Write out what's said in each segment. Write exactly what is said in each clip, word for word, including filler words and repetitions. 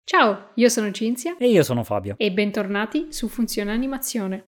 Ciao, io sono Cinzia E io sono Fabio. e bentornati su Funzione Animazione.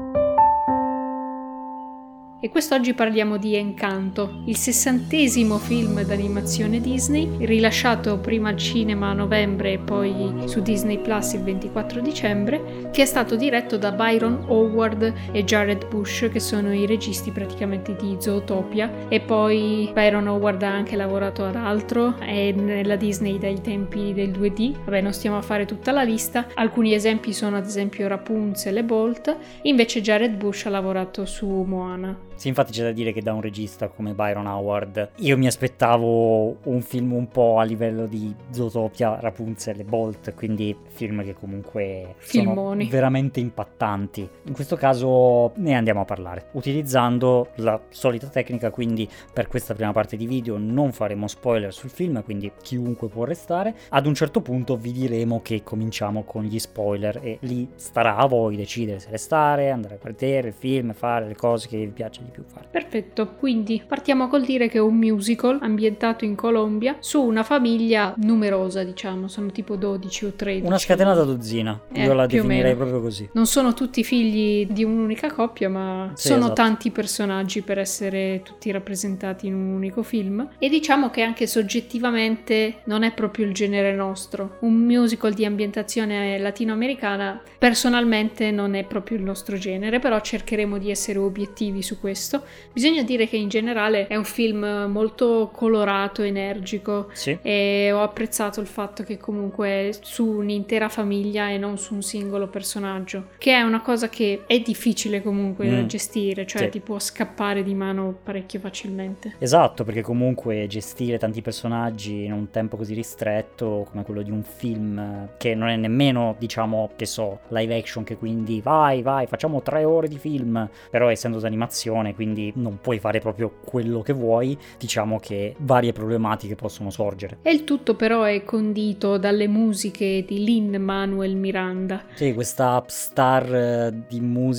E quest'oggi parliamo di Encanto, il sessantesimo film d'animazione Disney, rilasciato prima al cinema a novembre e poi su Disney Plus il ventiquattro dicembre, che è stato diretto da Byron Howard e Jared Bush, che sono i registi praticamente di Zootopia, e poi Byron Howard ha anche lavorato ad altro, è nella Disney dai tempi del due D, vabbè non stiamo a fare tutta la lista, alcuni esempi sono ad esempio Rapunzel e Bolt, invece Jared Bush ha lavorato su Moana. Sì, infatti c'è da dire che da un regista come Byron Howard io mi aspettavo un film un po' a livello di Zootopia, Rapunzel e Bolt, quindi film che comunque Filmoni. sono veramente impattanti. In questo caso ne andiamo a parlare, utilizzando la solita tecnica, quindi per questa prima parte di video non faremo spoiler sul film, quindi chiunque può restare. Ad un certo punto vi diremo che cominciamo con gli spoiler e lì starà a voi decidere se restare, andare a vedere il film, fare le cose che vi piace di più fare. Perfetto, quindi partiamo col dire che è un musical ambientato in Colombia su una famiglia numerosa, diciamo, sono tipo dodici o tredici. Una scatenata dozzina, Eh, io la più o definirei meno. proprio così. Non sono tutti figli di un'unica coppia, ma Sì, sono esatto. tanti personaggi per essere tutti rappresentati in un unico film. E diciamo che anche soggettivamente non è proprio il genere nostro. Un musical di ambientazione latinoamericana personalmente non è proprio il nostro genere, però cercheremo di essere obiettivi su questo. Bisogna dire che in generale è un film molto colorato, energico, Sì. e ho apprezzato il fatto che comunque è su un'intera famiglia e non su un singolo personaggio, che è una cosa che è difficile comunque Mm. da gestire, cioè Sì. ti può scappare di mano parecchio facilmente. Esatto, perché comunque gestire tanti personaggi in un tempo così ristretto come quello di un film che non è nemmeno, diciamo, che so, live action, che quindi vai, vai, facciamo tre ore di film, però essendo d'animazione, quindi non puoi fare proprio quello che vuoi, diciamo che varie problematiche possono sorgere. E il tutto però è condito dalle musiche di Lin-Manuel Miranda. Sì, questa upstar eh, di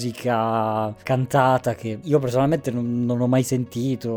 musica cantata che io personalmente non, non ho mai sentito,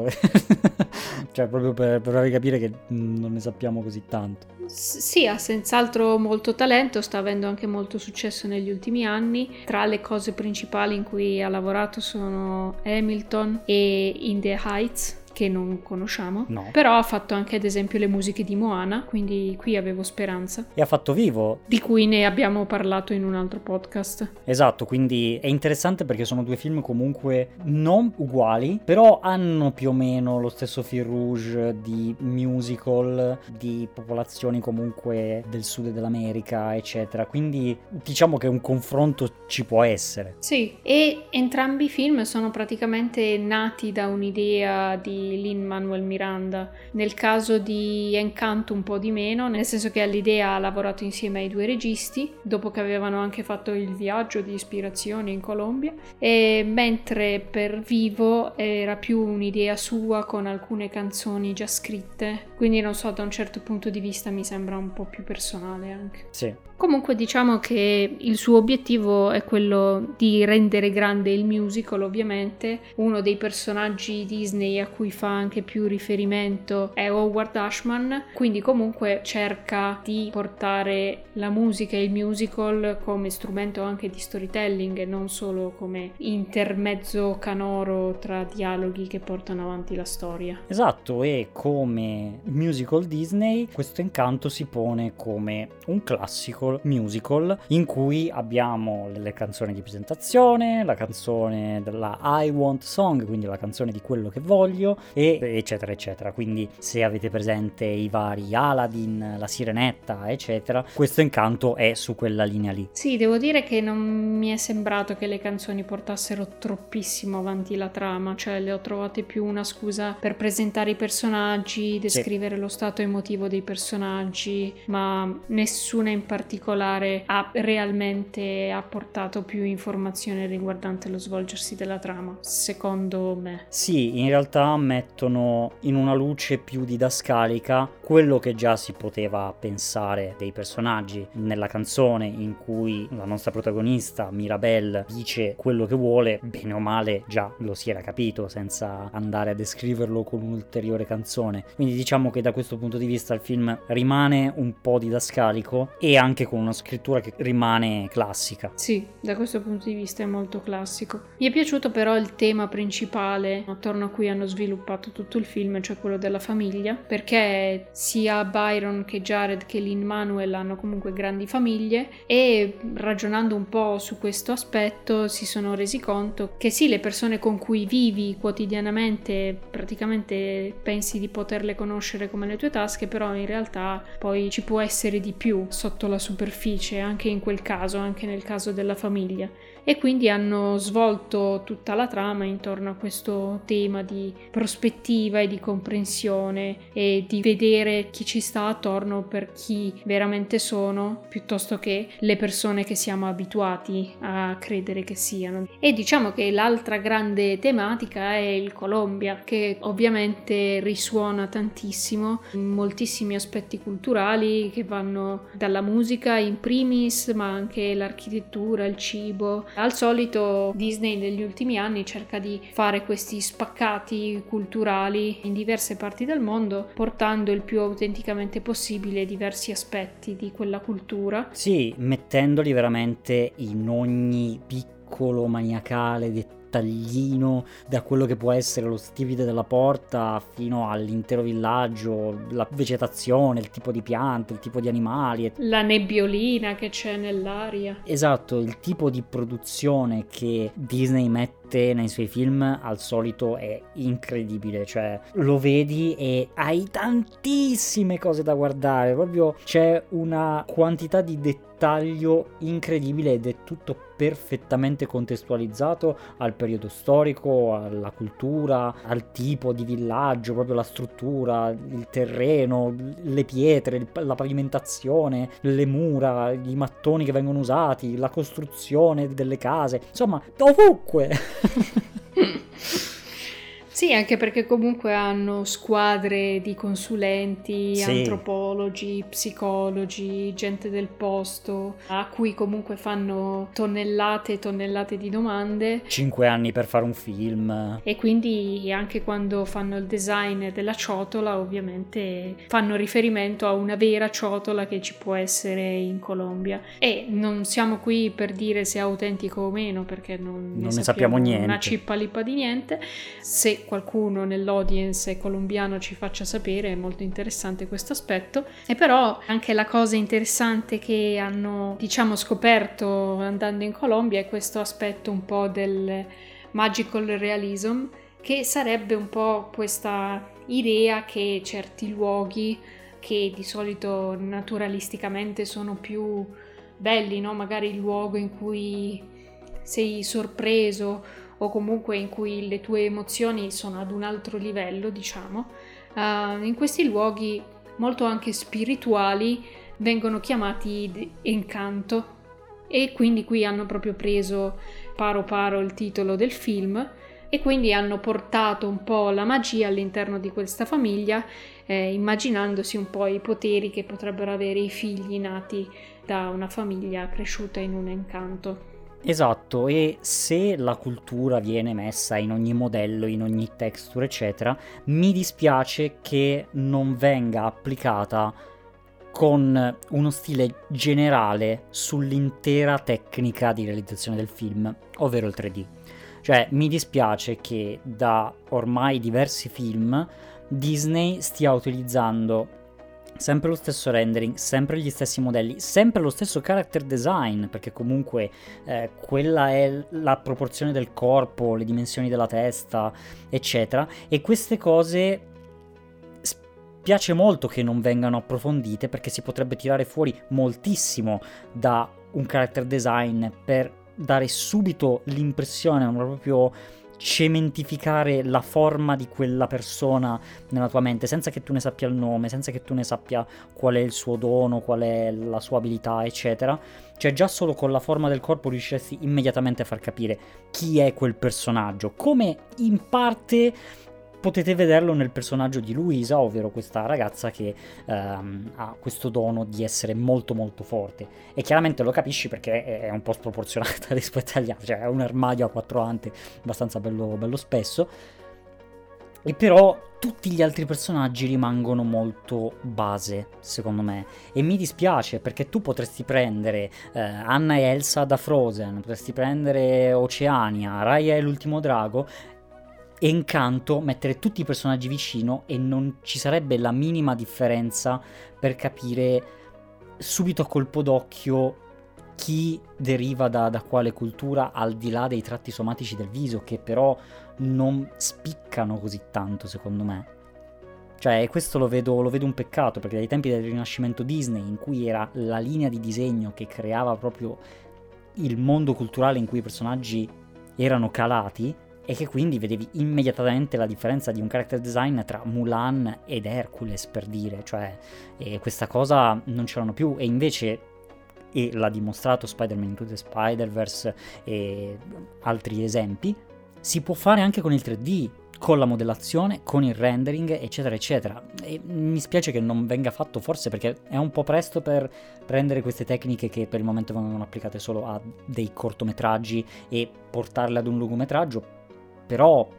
cioè proprio per, per farvi capire che non ne sappiamo così tanto. S- Sì, ha senz'altro molto talento, sta avendo anche molto successo negli ultimi anni. Tra le cose principali in cui ha lavorato sono Hamilton e In the Heights, che non conosciamo, No. però ha fatto anche ad esempio le musiche di Moana, quindi qui avevo speranza, E ha fatto Vivo. di cui ne abbiamo parlato in un altro podcast. Esatto, quindi è interessante perché sono due film comunque non uguali, però hanno più o meno lo stesso fil rouge di musical, di popolazioni comunque del sud dell'America, eccetera. Quindi diciamo che un confronto ci può essere. Sì, e entrambi i film sono praticamente nati da un'idea di Lin-Manuel Miranda. Nel caso di Encanto un po' di meno, nel senso che all'idea ha lavorato insieme ai due registi, dopo che avevano anche fatto il viaggio di ispirazione in Colombia, e mentre per Vivo era più un'idea sua con alcune canzoni già scritte, quindi non so, da un certo punto di vista mi sembra un po' più personale anche. Sì. Comunque diciamo che il suo obiettivo è quello di rendere grande il musical, ovviamente. Uno dei personaggi Disney a cui fa anche più riferimento è Howard Ashman, quindi comunque cerca di portare la musica e il musical come strumento anche di storytelling e non solo come intermezzo canoro tra dialoghi che portano avanti la storia. Esatto, e come musical Disney, questo Encanto si pone come un classico musical in cui abbiamo le canzoni di presentazione, la canzone della I Want Song, quindi la canzone di quello che voglio, e eccetera eccetera. Quindi se avete presente i vari Aladdin, la Sirenetta, eccetera, questo Encanto è su quella linea lì. Sì, devo dire che non mi è sembrato che le canzoni portassero troppissimo avanti la trama, cioè le ho trovate più una scusa per presentare i personaggi, descrivere sì. lo stato emotivo dei personaggi, ma nessuna in particolare ha realmente apportato più informazione riguardante lo svolgersi della trama, secondo me. Sì, in realtà a me mettono in una luce più didascalica quello che già si poteva pensare dei personaggi. Nella canzone in cui la nostra protagonista Mirabelle dice quello che vuole, bene o male già lo si era capito senza andare a descriverlo con un'ulteriore canzone. Quindi diciamo che da questo punto di vista il film rimane un po' didascalico e anche con una scrittura che rimane classica. Sì, da questo punto di vista è molto classico. Mi è piaciuto però il tema principale attorno a cui hanno sviluppato tutto il film, cioè quello della famiglia, perché sia Byron che Jared che Lin-Manuel hanno comunque grandi famiglie e ragionando un po' su questo aspetto si sono resi conto che sì, le persone con cui vivi quotidianamente praticamente pensi di poterle conoscere come le tue tasche, però in realtà poi ci può essere di più sotto la superficie, anche in quel caso, anche nel caso della famiglia. E quindi hanno svolto tutta la trama intorno a questo tema di prospettiva e di comprensione e di vedere chi ci sta attorno per chi veramente sono, piuttosto che le persone che siamo abituati a credere che siano. E diciamo che l'altra grande tematica è il Colombia, che ovviamente risuona tantissimo in moltissimi aspetti culturali che vanno dalla musica in primis, ma anche l'architettura, il cibo. Al solito Disney negli ultimi anni cerca di fare questi spaccati culturali in diverse parti del mondo, portando il più autenticamente possibile diversi aspetti di quella cultura. Sì, mettendoli veramente in ogni piccolo maniacale dettaglio, taglino, da quello che può essere lo stipite della porta fino all'intero villaggio, la vegetazione, il tipo di piante, il tipo di animali, la nebbiolina che c'è nell'aria. Esatto, il tipo di produzione che Disney mette nei suoi film al solito è incredibile, cioè lo vedi e hai tantissime cose da guardare, proprio c'è una quantità di dettaglio incredibile ed è tutto perfettamente contestualizzato al periodo storico, alla cultura, al tipo di villaggio, proprio la struttura, il terreno, le pietre, la pavimentazione, le mura, i mattoni che vengono usati, la costruzione delle case, insomma, ovunque. Sì, anche perché comunque hanno squadre di consulenti, sì. antropologi, psicologi, gente del posto, a cui comunque fanno tonnellate e tonnellate di domande. Cinque anni per fare un film. E quindi anche quando fanno il design della ciotola, ovviamente fanno riferimento a una vera ciotola che ci può essere in Colombia. E non siamo qui per dire se è autentico o meno, perché non, non ne ne sappiamo niente. Una cippa lippa di niente. Se qualcuno nell'audience colombiano ci faccia sapere, è molto interessante questo aspetto. E però anche la cosa interessante che hanno, diciamo, scoperto andando in Colombia è questo aspetto un po' del magical realism, che sarebbe un po' questa idea che certi luoghi che di solito naturalisticamente sono più belli, no? Magari il luogo in cui sei sorpreso o comunque in cui le tue emozioni sono ad un altro livello, diciamo, uh, in questi luoghi molto anche spirituali vengono chiamati Encanto, e quindi qui hanno proprio preso paro paro il titolo del film e quindi hanno portato un po' la magia all'interno di questa famiglia, eh, immaginandosi un po' i poteri che potrebbero avere i figli nati da una famiglia cresciuta in un incanto. Esatto, e se la cultura viene messa in ogni modello, in ogni texture, eccetera, mi dispiace che non venga applicata con uno stile generale sull'intera tecnica di realizzazione del film, ovvero il tre D. Cioè, mi dispiace che da ormai diversi film Disney stia utilizzando sempre lo stesso rendering, sempre gli stessi modelli, sempre lo stesso character design, perché comunque eh, quella è la proporzione del corpo, le dimensioni della testa, eccetera, e queste cose spiace molto che non vengano approfondite, perché si potrebbe tirare fuori moltissimo da un character design per dare subito l'impressione, proprio cementificare la forma di quella persona nella tua mente, senza che tu ne sappia il nome, senza che tu ne sappia qual è il suo dono, qual è la sua abilità, eccetera. Cioè già solo con la forma del corpo riusciresti immediatamente a far capire chi è quel personaggio, come in parte potete vederlo nel personaggio di Luisa, ovvero questa ragazza che ehm, ha questo dono di essere molto molto forte, e chiaramente lo capisci perché è un po' sproporzionata rispetto agli altri, cioè è un armadio a quattro ante abbastanza bello, bello spesso, e però tutti gli altri personaggi rimangono molto base, secondo me, e mi dispiace perché tu potresti prendere eh, Anna e Elsa da Frozen, potresti prendere Oceania, Raya e l'ultimo drago, e Encanto, mettere tutti i personaggi vicino e non ci sarebbe la minima differenza per capire subito a colpo d'occhio chi deriva da, da quale cultura, al di là dei tratti somatici del viso, che però non spiccano così tanto, secondo me. Cioè, questo lo vedo, lo vedo un peccato, perché dai tempi del Rinascimento Disney, in cui era la linea di disegno che creava proprio il mondo culturale in cui i personaggi erano calati, e che quindi vedevi immediatamente la differenza di un character design tra Mulan ed Hercules, per dire, cioè e questa cosa non c'erano più, e invece, e l'ha dimostrato Spider-Man Into the Spider-Verse e altri esempi, si può fare anche con il tre D, con la modellazione, con il rendering, eccetera eccetera, e mi spiace che non venga fatto, forse perché è un po' presto per prendere queste tecniche che per il momento vengono applicate solo a dei cortometraggi e portarle ad un lungometraggio. Però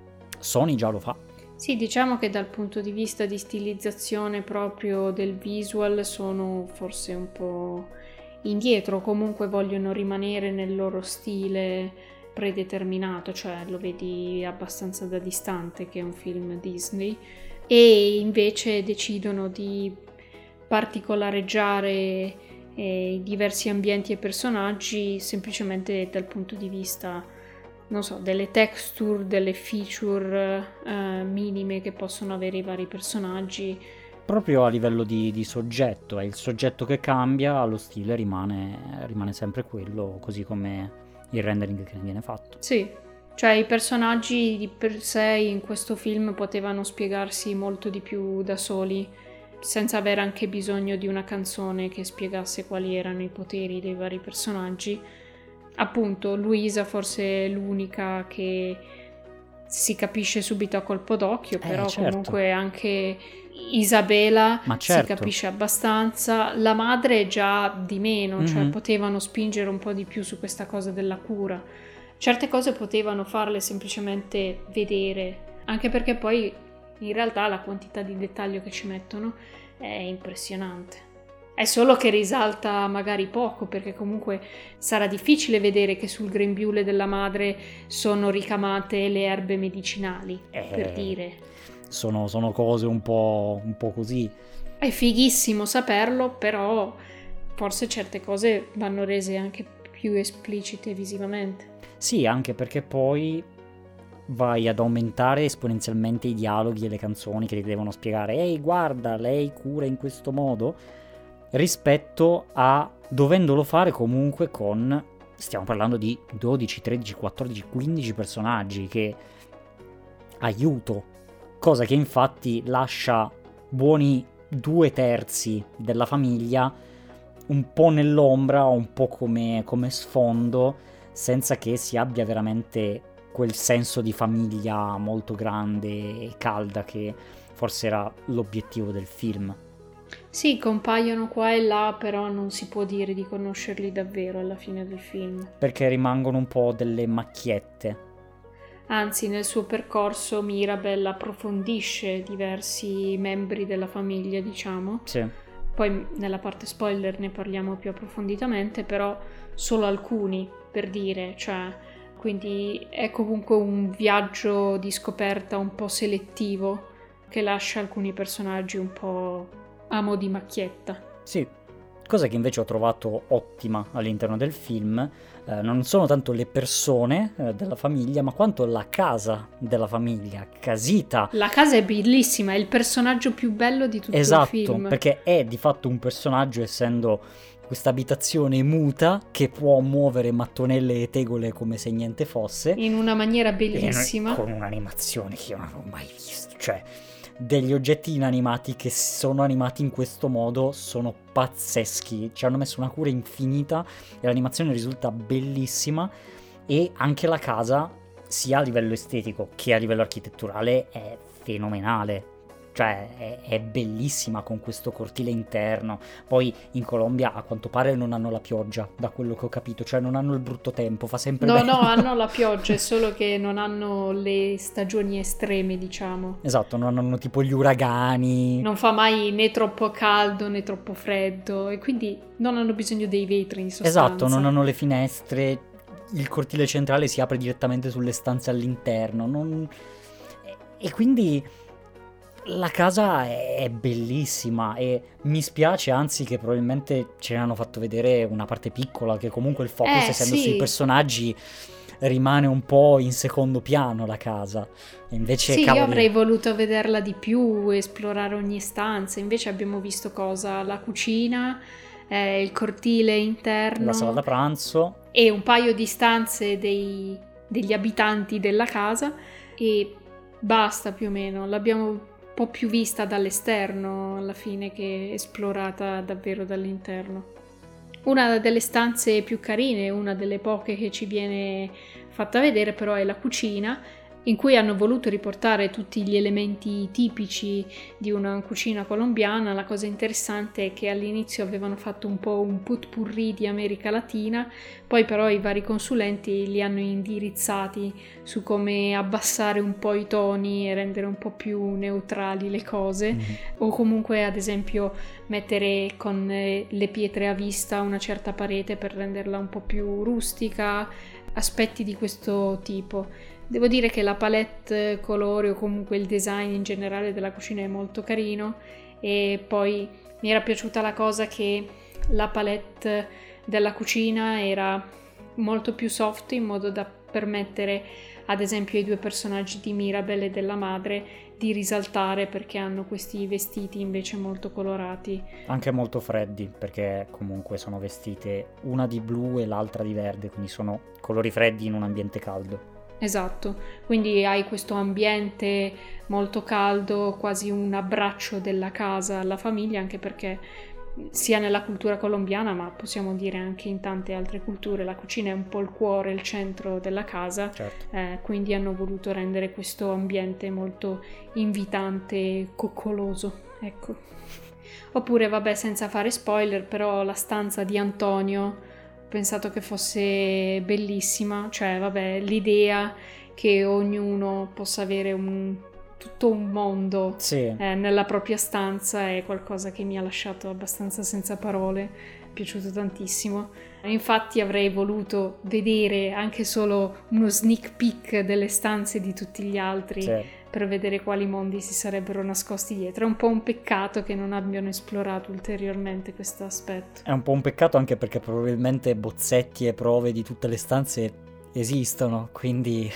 Sony già lo fa. Sì, diciamo che dal punto di vista di stilizzazione proprio del visual sono forse un po' indietro, comunque vogliono rimanere nel loro stile predeterminato, cioè lo vedi abbastanza da distante che è un film Disney, e invece decidono di particolareggiare eh, i diversi ambienti e personaggi semplicemente dal punto di vista, non so, delle texture, delle feature eh, minime che possono avere i vari personaggi. Proprio a livello di, di soggetto, è il soggetto che cambia, lo stile rimane, rimane sempre quello, così come il rendering che ne viene fatto. Sì, cioè i personaggi di per sé in questo film potevano spiegarsi molto di più da soli, senza avere anche bisogno di una canzone che spiegasse quali erano i poteri dei vari personaggi. Appunto, Luisa forse è l'unica che si capisce subito a colpo d'occhio, eh, però certo. Comunque anche Isabela Ma certo. si capisce abbastanza, la madre già di meno, mm-hmm. Cioè potevano spingere un po' di più su questa cosa della cura. Certe cose potevano farle semplicemente vedere, anche perché poi in realtà la quantità di dettaglio che ci mettono è impressionante. È solo che risalta magari poco, perché comunque sarà difficile vedere che sul grembiule della madre sono ricamate le erbe medicinali, eh, per dire. Sono, sono cose un po', un po' così. È fighissimo saperlo, però forse certe cose vanno rese anche più esplicite visivamente. Sì, anche perché poi vai ad aumentare esponenzialmente i dialoghi e le canzoni che ti devono spiegare. Ehi, guarda, lei cura in questo modo, rispetto a dovendolo fare comunque con, stiamo parlando di dodici, tredici, quattordici, quindici personaggi che aiuto, cosa che infatti lascia buoni due terzi della famiglia un po' nell'ombra, un po' come, come sfondo, senza che si abbia veramente quel senso di famiglia molto grande e calda che forse era l'obiettivo del film. Sì, compaiono qua e là, però non si può dire di conoscerli davvero alla fine del film. Perché rimangono un po' delle macchiette. Anzi, nel suo percorso Mirabel approfondisce diversi membri della famiglia, diciamo. Sì. Poi nella parte spoiler ne parliamo più approfonditamente, però solo alcuni, per dire, cioè, quindi è comunque un viaggio di scoperta un po' selettivo che lascia alcuni personaggi un po' a mo' di macchietta. Sì, cosa che invece ho trovato ottima all'interno del film, eh, non sono tanto le persone eh, della famiglia, ma quanto la casa della famiglia, Casita. La casa è bellissima, è il personaggio più bello di tutto esatto, il film. Esatto, perché è di fatto un personaggio, essendo questa abitazione muta che può muovere mattonelle e tegole come se niente fosse. In una maniera bellissima. E con un'animazione che io non ho mai visto, cioè degli oggetti inanimati che sono animati in questo modo sono pazzeschi, ci hanno messo una cura infinita e l'animazione risulta bellissima, e anche la casa sia a livello estetico che a livello architetturale è fenomenale. Cioè è, è bellissima con questo cortile interno. Poi in Colombia a quanto pare non hanno la pioggia, da quello che ho capito, cioè non hanno il brutto tempo, fa sempre no bene. no hanno la pioggia, è solo che non hanno le stagioni estreme, diciamo. Esatto, non hanno tipo gli uragani, non fa mai né troppo caldo né troppo freddo, e quindi non hanno bisogno dei vetri in sostanza. esatto, non hanno le finestre, il cortile centrale si apre direttamente sulle stanze all'interno, non... e quindi la casa è bellissima e mi spiace anzi che probabilmente ce ne hanno fatto vedere una parte piccola, che comunque il focus eh, essendo sì. sui personaggi rimane un po' in secondo piano la casa. E invece sì, cavoli... io avrei voluto vederla di più, esplorare ogni stanza, invece abbiamo visto cosa? La cucina, eh, il cortile interno, la sala da pranzo e un paio di stanze dei, degli abitanti della casa, e basta più o meno. L'abbiamo un po' più vista dall'esterno alla fine che esplorata davvero dall'interno. Una delle stanze più carine, una delle poche che ci viene fatta vedere, però è la cucina, in cui hanno voluto riportare tutti gli elementi tipici di una cucina colombiana. La cosa interessante è che all'inizio avevano fatto un po' un potpourri di America Latina, poi però i vari consulenti li hanno indirizzati su come abbassare un po' i toni e rendere un po' più neutrali le cose, mm-hmm. o comunque ad esempio mettere con le pietre a vista una certa parete per renderla un po' più rustica, aspetti di questo tipo. Devo dire che la palette colori o comunque il design in generale della cucina è molto carino, e poi mi era piaciuta la cosa che la palette della cucina era molto più soft, in modo da permettere ad esempio ai due personaggi di Mirabel e della madre di risaltare, perché hanno questi vestiti invece molto colorati. Anche molto freddi, perché comunque sono vestite una di blu e l'altra di verde, quindi sono colori freddi in un ambiente caldo. Esatto, quindi hai questo ambiente molto caldo, quasi un abbraccio della casa alla famiglia, anche perché sia nella cultura colombiana, ma possiamo dire anche in tante altre culture, la cucina è un po' il cuore, il centro della casa, certo. eh, quindi hanno voluto rendere questo ambiente molto invitante e coccoloso, ecco. Oppure, vabbè, senza fare spoiler, però la stanza di Antonio ho pensato che fosse bellissima, cioè vabbè, l'idea che ognuno possa avere un, tutto un mondo sì. eh, nella propria stanza è qualcosa che mi ha lasciato abbastanza senza parole, mi è piaciuto tantissimo. Infatti avrei voluto vedere anche solo uno sneak peek delle stanze di tutti gli altri, sì. per vedere quali mondi si sarebbero nascosti dietro. È un po' un peccato che non abbiano esplorato ulteriormente questo aspetto. È un po' un peccato anche perché probabilmente bozzetti e prove di tutte le stanze esistono, quindi...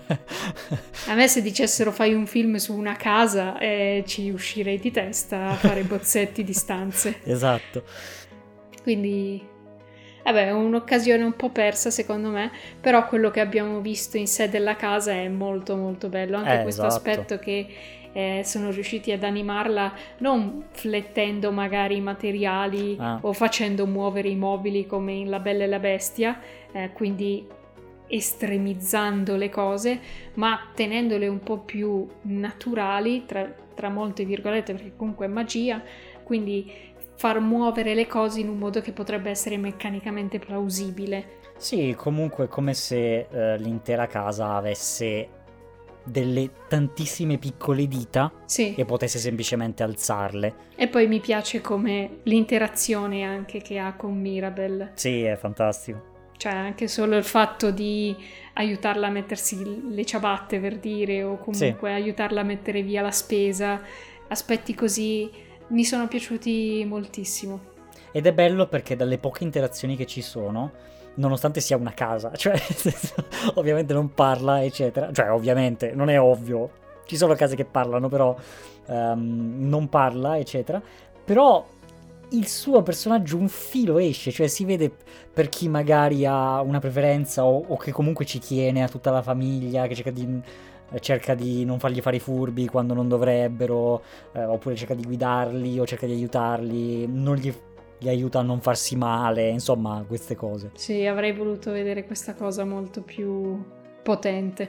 A me se dicessero fai un film su una casa eh, ci uscirei di testa a fare bozzetti di stanze. Esatto. Quindi... Vabbè, è un'occasione un po' persa secondo me, però quello che abbiamo visto in sé della casa è molto molto bello, anche eh, questo esatto. aspetto che eh, sono riusciti ad animarla non flettendo magari i materiali ah. o facendo muovere i mobili come in La Bella e la Bestia, eh, quindi estremizzando le cose, ma tenendole un po' più naturali, tra, tra molte virgolette, perché comunque è magia, quindi far muovere le cose in un modo che potrebbe essere meccanicamente plausibile. Sì, comunque come se eh, l'intera casa avesse delle tantissime piccole dita sì. e potesse semplicemente alzarle. E poi mi piace come l'interazione anche che ha con Mirabel. Sì, è fantastico. Cioè anche solo il fatto di aiutarla a mettersi le ciabatte, per dire, o comunque sì. aiutarla a mettere via la spesa, aspetti così mi sono piaciuti moltissimo. Ed è bello perché dalle poche interazioni che ci sono, nonostante sia una casa, cioè ovviamente non parla eccetera, cioè ovviamente non è ovvio, ci sono case che parlano però um, non parla eccetera, però il suo personaggio un filo esce, cioè si vede per chi magari ha una preferenza o, o che comunque ci tiene a tutta la famiglia, che cerca di... cerca di non fargli fare i furbi quando non dovrebbero, eh, oppure cerca di guidarli o cerca di aiutarli, non gli, gli aiuta a non farsi male, insomma queste cose. Sì, avrei voluto vedere questa cosa molto più potente.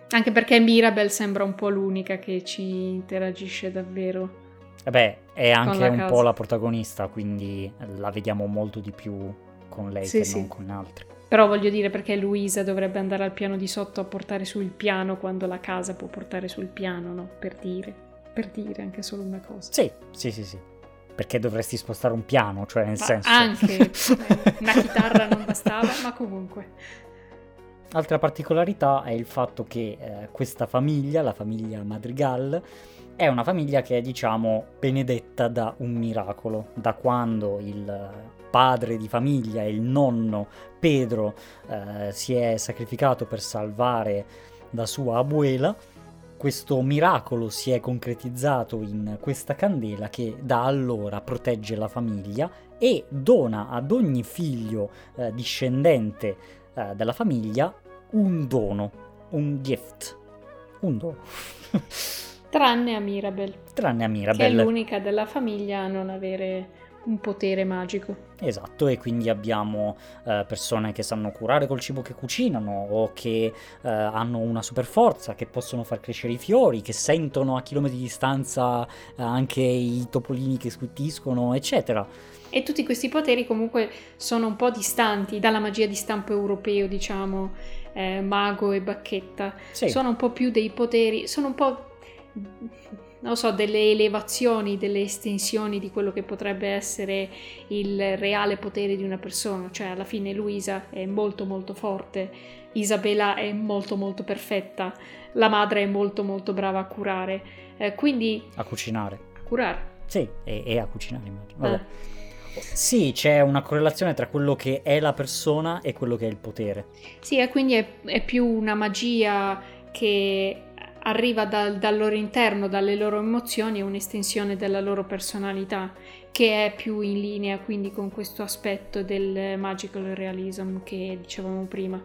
Anche perché Mirabel sembra un po' l'unica che ci interagisce davvero. E beh, è anche un casa. po' la protagonista, quindi la vediamo molto di più con lei sì, che sì. non con altri. Però voglio dire, perché Luisa dovrebbe andare al piano di sotto a portare su il piano quando la casa può portare sul piano, no? Per dire, per dire anche solo una cosa. Sì, sì, sì, sì. Perché dovresti spostare un piano, cioè nel ma senso... Anche, eh, una chitarra non bastava, ma comunque... Altra particolarità è il fatto che eh, questa famiglia, la famiglia Madrigal, è una famiglia che è, diciamo, benedetta da un miracolo. Da quando il padre di famiglia e il nonno Pedro eh, si è sacrificato per salvare la sua abuela, questo miracolo si è concretizzato in questa candela che da allora protegge la famiglia e dona ad ogni figlio eh, discendente eh, della famiglia un dono, un gift, un dono. Tranne a Mirabel. Tranne a Mirabel. Che è l'unica della famiglia a non avere un potere magico. Esatto, e quindi abbiamo eh, persone che sanno curare col cibo che cucinano o che eh, hanno una super forza, che possono far crescere i fiori, che sentono a chilometri di distanza eh, anche i topolini che squittiscono, eccetera. E tutti questi poteri comunque sono un po' distanti dalla magia di stampo europeo, diciamo, eh, mago e bacchetta. Sì. Sono un po' più dei poteri, sono un po'... non so, delle elevazioni, delle estensioni di quello che potrebbe essere il reale potere di una persona. Cioè alla fine Luisa è molto molto forte, Isabella è molto molto perfetta, la madre è molto molto brava a curare, eh, quindi... A cucinare. Curare. Sì, e, e a cucinare immagino. Vabbè. Eh. Sì, c'è una correlazione tra quello che è la persona e quello che è il potere. Sì, e quindi è, è più una magia che... arriva dal, dal loro interno, dalle loro emozioni, è un'estensione della loro personalità che è più in linea quindi con questo aspetto del magical realism che dicevamo prima.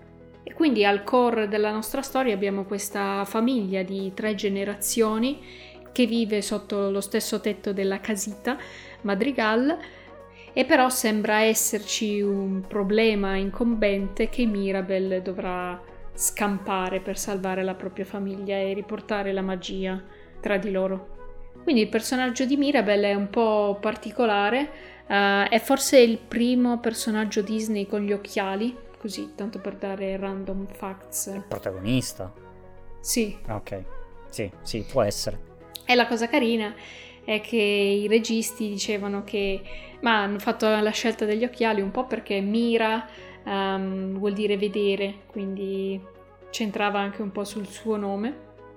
E quindi al core della nostra storia abbiamo questa famiglia di tre generazioni che vive sotto lo stesso tetto della casita Madrigal, e però sembra esserci un problema incombente che Mirabel dovrà scampare per salvare la propria famiglia e riportare la magia tra di loro. Quindi il personaggio di Mirabel è un po' particolare, uh, è forse il primo personaggio Disney con gli occhiali, così tanto per dare random facts. Il protagonista? Sì. Ok, sì, sì, può essere. E la cosa carina è che i registi dicevano che ma hanno fatto la scelta degli occhiali un po' perché Mira Um, vuol dire vedere, quindi c'entrava anche un po' sul suo nome,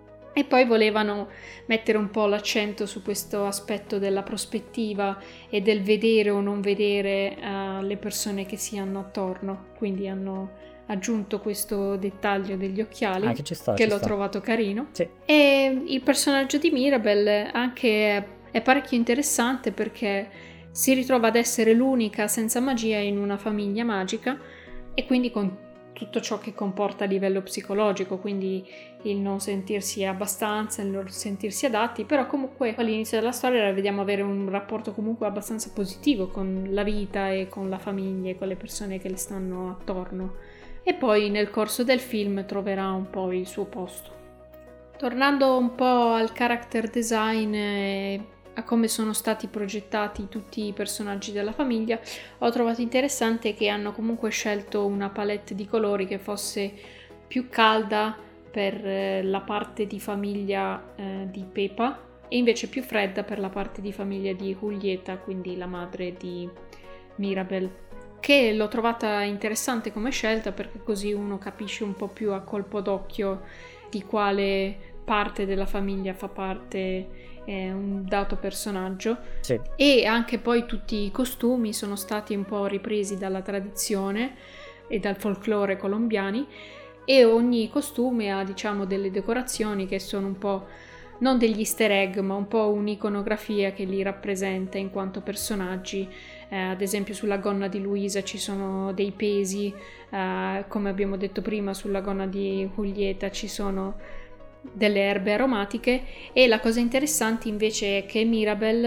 e poi volevano mettere un po' l'accento su questo aspetto della prospettiva e del vedere o non vedere uh, le persone che si hanno attorno, quindi hanno aggiunto questo dettaglio degli occhiali ah, che, ci sta, che ci l'ho sta. trovato carino. Sì. E il personaggio di Mirabel anche è, è parecchio interessante perché si ritrova ad essere l'unica senza magia in una famiglia magica, e quindi con tutto ciò che comporta a livello psicologico, quindi il non sentirsi abbastanza, il non sentirsi adatti, però comunque all'inizio della storia la vediamo avere un rapporto comunque abbastanza positivo con la vita e con la famiglia e con le persone che le stanno attorno, e poi nel corso del film troverà un po' il suo posto. Tornando un po' al character design e a come sono stati progettati tutti i personaggi della famiglia, ho trovato interessante che hanno comunque scelto una palette di colori che fosse più calda per eh, la parte di famiglia eh, di Pepa e invece più fredda per la parte di famiglia di Julieta, quindi la madre di Mirabel, che l'ho trovata interessante come scelta perché così uno capisce un po' più a colpo d'occhio di quale parte della famiglia fa parte un dato personaggio. Sì. E anche poi tutti i costumi sono stati un po' ripresi dalla tradizione e dal folklore colombiani, e ogni costume ha diciamo delle decorazioni che sono un po' non degli easter egg ma un po' un'iconografia che li rappresenta in quanto personaggi. Eh, ad esempio sulla gonna di Luisa ci sono dei pesi, eh, come abbiamo detto prima sulla gonna di Julieta ci sono delle erbe aromatiche, e la cosa interessante invece è che Mirabel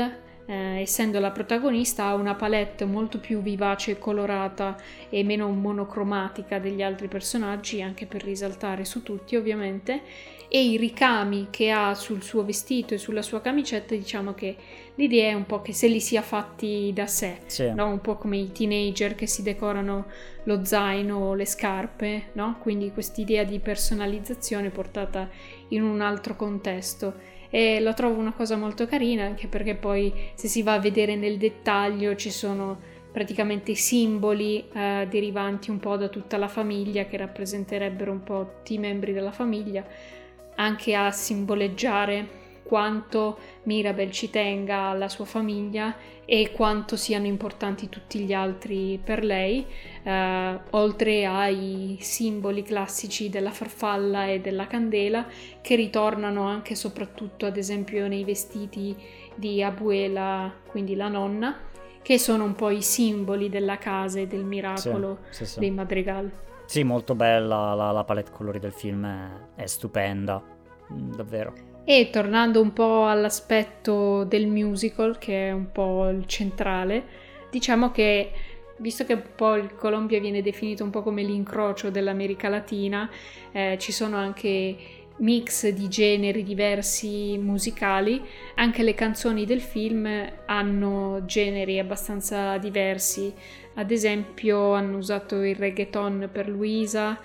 eh, essendo la protagonista, ha una palette molto più vivace e colorata e meno monocromatica degli altri personaggi, anche per risaltare su tutti ovviamente, e i ricami che ha sul suo vestito e sulla sua camicetta, diciamo che l'idea è un po' che se li sia fatti da sé, sì. no? Un po' come i teenager che si decorano lo zaino o le scarpe, no? Quindi quest'idea di personalizzazione portata in un altro contesto. E lo trovo una cosa molto carina, anche perché poi se si va a vedere nel dettaglio ci sono praticamente simboli eh, derivanti un po' da tutta la famiglia, che rappresenterebbero un po' tutti i membri della famiglia, anche a simboleggiare quanto Mirabel ci tenga alla sua famiglia e quanto siano importanti tutti gli altri per lei, eh, oltre ai simboli classici della farfalla e della candela, che ritornano anche e soprattutto ad esempio nei vestiti di Abuela, quindi la nonna, che sono un po' i simboli della casa e del miracolo sì, sì, sì. dei Madrigal. Sì, molto bella, la, la palette colori del film è, è stupenda, davvero. E tornando un po' all'aspetto del musical, che è un po' il centrale, diciamo che, visto che un po' il Colombia viene definito un po' come l'incrocio dell'America Latina, eh, ci sono anche mix di generi diversi musicali, anche le canzoni del film hanno generi abbastanza diversi. Ad esempio hanno usato il reggaeton per Luisa,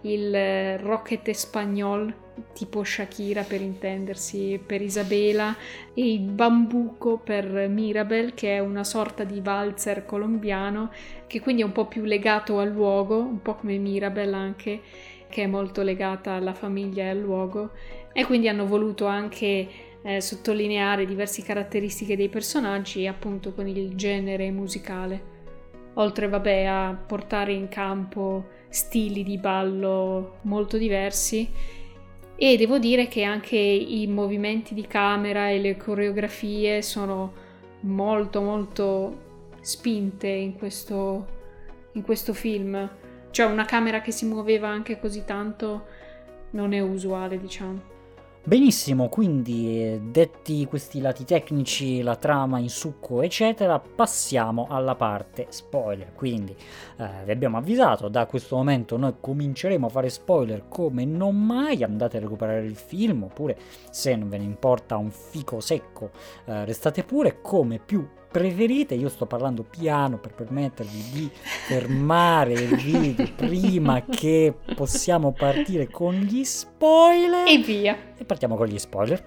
il rocket espagnol tipo Shakira per intendersi per Isabela, e il bambuco per Mirabel, che è una sorta di valzer colombiano, che quindi è un po' più legato al luogo, un po' come Mirabel anche, che è molto legata alla famiglia e al luogo, e quindi hanno voluto anche eh, sottolineare diverse caratteristiche dei personaggi appunto con il genere musicale, oltre vabbè a portare in campo stili di ballo molto diversi. E devo dire che anche i movimenti di camera e le coreografie sono molto molto spinte in questo, in questo film. Cioè una camera che si muoveva anche così tanto non è usuale, diciamo. Benissimo, quindi detti questi lati tecnici, la trama in succo eccetera, passiamo alla parte spoiler. Quindi eh, vi abbiamo avvisato, da questo momento noi cominceremo a fare spoiler come non mai, andate a recuperare il film, oppure se non ve ne importa un fico secco eh, restate pure come più preferite. Io sto parlando piano per permettervi di fermare il video prima che possiamo partire con gli spoiler. E via. E partiamo con gli spoiler.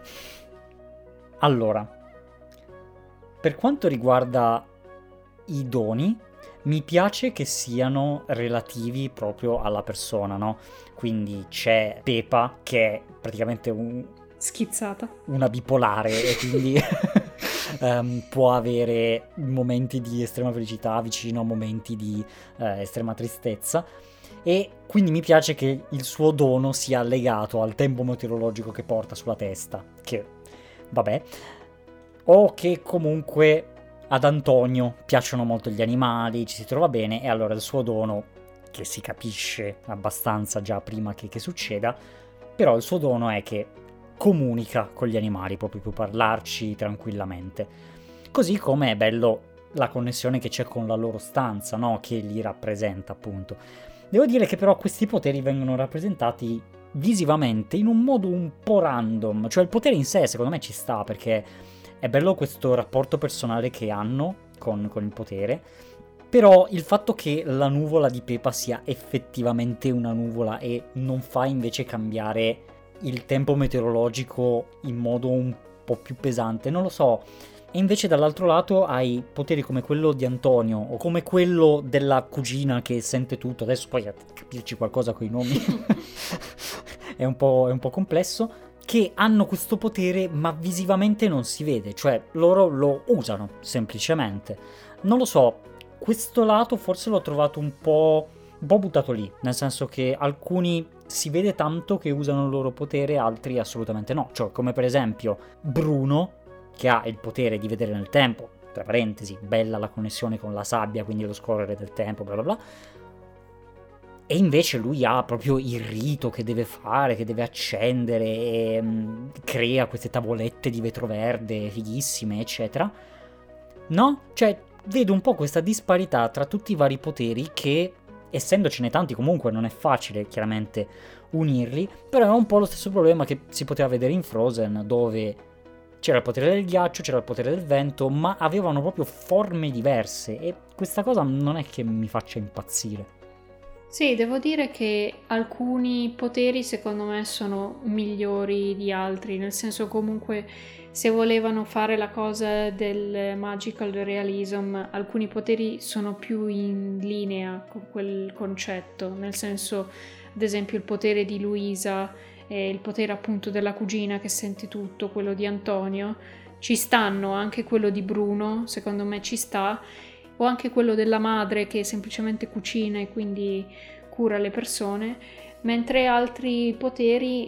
Allora, per quanto riguarda i doni, mi piace che siano relativi proprio alla persona, no? Quindi c'è Pepa che è praticamente un... schizzata. una bipolare e quindi um, può avere momenti di estrema felicità vicino a momenti di uh, estrema tristezza, e quindi mi piace che il suo dono sia legato al tempo meteorologico che porta sulla testa, che vabbè, o che comunque ad Antonio piacciono molto gli animali, ci si trova bene, e allora il suo dono, che si capisce abbastanza già prima che, che succeda, però il suo dono è che comunica con gli animali, proprio per parlarci tranquillamente. Così come è bello la connessione che c'è con la loro stanza, no? Che li rappresenta appunto. Devo dire che però questi poteri vengono rappresentati visivamente in un modo un po' random, cioè il potere in sé secondo me ci sta, perché è bello questo rapporto personale che hanno con, con il potere, però il fatto che la nuvola di Pepa sia effettivamente una nuvola e non fa invece cambiare il tempo meteorologico in modo un po' più pesante, non lo so. E invece dall'altro lato hai poteri come quello di Antonio o come quello della cugina che sente tutto. Adesso poi a capirci qualcosa con i nomi è, un po', è un po' complesso, che hanno questo potere ma visivamente non si vede, cioè loro lo usano semplicemente. Non lo so, questo lato forse l'ho trovato un po', un po' buttato lì, nel senso che alcuni si vede tanto che usano il loro potere, altri assolutamente no. Cioè come per esempio Bruno, che ha il potere di vedere nel tempo, tra parentesi, bella la connessione con la sabbia, quindi lo scorrere del tempo, bla bla bla, e invece lui ha proprio il rito che deve fare, che deve accendere, e um, crea queste tavolette di vetro verde fighissime, eccetera. no? Cioè, vedo un po' questa disparità tra tutti i vari poteri che, essendocene tanti comunque non è facile chiaramente unirli, però è un po' lo stesso problema che si poteva vedere in Frozen, dove c'era il potere del ghiaccio, c'era il potere del vento, ma avevano proprio forme diverse e questa cosa non è che mi faccia impazzire. Sì, devo dire che alcuni poteri secondo me sono migliori di altri, nel senso comunque se volevano fare la cosa del magical realism, alcuni poteri sono più in linea con quel concetto, nel senso ad esempio il potere di Luisa e il potere appunto della cugina che sente tutto, quello di Antonio, ci stanno, anche quello di Bruno secondo me ci sta, o anche quello della madre che semplicemente cucina e quindi cura le persone, mentre altri poteri,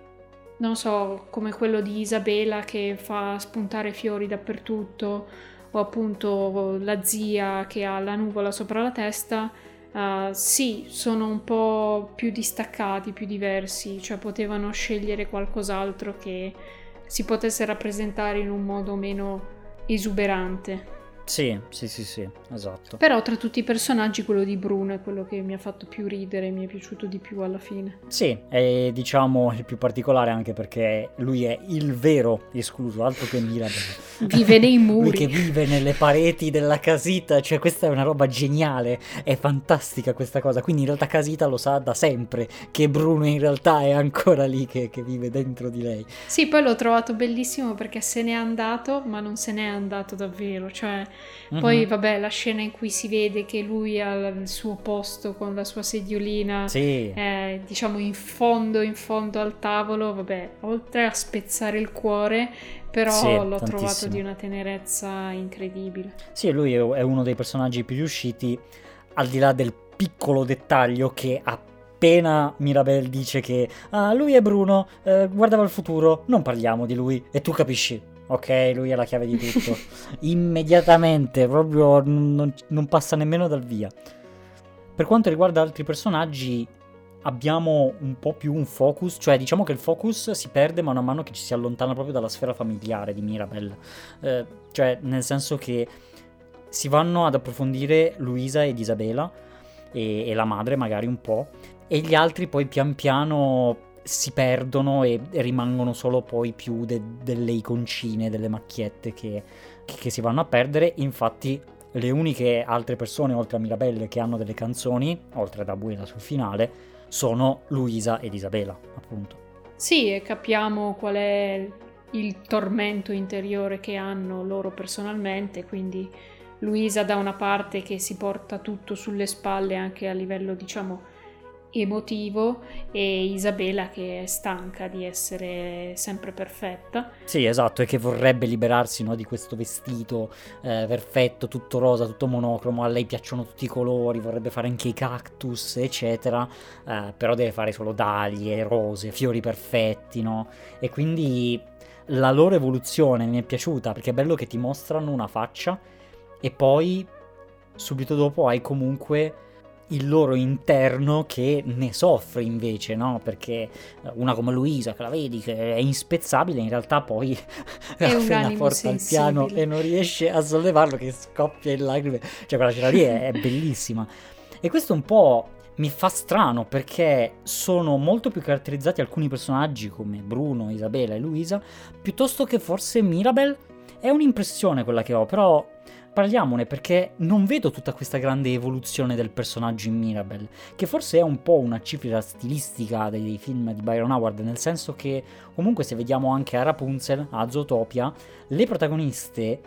non so, come quello di Isabela che fa spuntare fiori dappertutto, o appunto la zia che ha la nuvola sopra la testa, uh, sì, sono un po' più distaccati, più diversi, cioè potevano scegliere qualcos'altro che si potesse rappresentare in un modo meno esuberante. Sì, sì, sì, sì, esatto. Però tra tutti i personaggi quello di Bruno è quello che mi ha fatto più ridere, mi è piaciuto di più alla fine. Sì, è diciamo il più particolare anche perché lui è il vero escluso, altro che Mirabel. Vive nei muri. Lui che vive nelle pareti della casita, cioè questa è una roba geniale, è fantastica questa cosa, quindi in realtà Casita lo sa da sempre che Bruno in realtà è ancora lì che, che vive dentro di lei. Sì, poi l'ho trovato bellissimo perché se n'è andato, ma non se n'è andato davvero, cioè mm-hmm. Poi vabbè la scena in cui si vede che lui ha il suo posto con la sua sediolina, sì. eh, diciamo in fondo, in fondo al tavolo, vabbè, oltre a spezzare il cuore, però sì, l'ho tantissimo. trovato di una tenerezza incredibile. Sì, lui è uno dei personaggi più riusciti, al di là del piccolo dettaglio che appena Mirabel dice che ah, lui è Bruno, eh, guardava il futuro, non parliamo di lui, e tu capisci, ok, lui è la chiave di tutto. Immediatamente, proprio non, non passa nemmeno dal via. Per quanto riguarda altri personaggi, abbiamo un po' più un focus, cioè diciamo che il focus si perde mano a mano che ci si allontana proprio dalla sfera familiare di Mirabel, eh, cioè nel senso che si vanno ad approfondire Luisa ed Isabela e, e la madre magari un po', e gli altri poi pian piano si perdono e, e rimangono solo poi più de, delle iconcine, delle macchiette che, che, che si vanno a perdere. Infatti le uniche altre persone oltre a Mirabel che hanno delle canzoni, oltre ad Abuela sul finale, sono Luisa ed Isabela, appunto. Sì, e capiamo qual è il tormento interiore che hanno loro personalmente, quindi Luisa da una parte che si porta tutto sulle spalle anche a livello, diciamo, emotivo, e Isabela che è stanca di essere sempre perfetta. Sì, esatto, e che vorrebbe liberarsi, no, di questo vestito eh, perfetto, tutto rosa, tutto monocromo, a lei piacciono tutti i colori, vorrebbe fare anche i cactus, eccetera, eh, però deve fare solo dahlie, rose, fiori perfetti, no? E quindi la loro evoluzione mi è piaciuta, perché è bello che ti mostrano una faccia e poi subito dopo hai comunque il loro interno che ne soffre invece, no? Perché una come Luisa, che la vedi che è inspezzabile, in realtà poi è un appena animo porta al piano e non riesce a sollevarlo, che scoppia in lacrime, cioè quella scena lì è, è bellissima. E questo un po' mi fa strano, perché sono molto più caratterizzati alcuni personaggi come Bruno, Isabela e Luisa, piuttosto che forse Mirabel. È un'impressione quella che ho, però parliamone, perché non vedo tutta questa grande evoluzione del personaggio in Mirabel, che forse è un po' una cifra stilistica dei film di Byron Howard, nel senso che comunque se vediamo anche a Rapunzel, a Zootopia, le protagoniste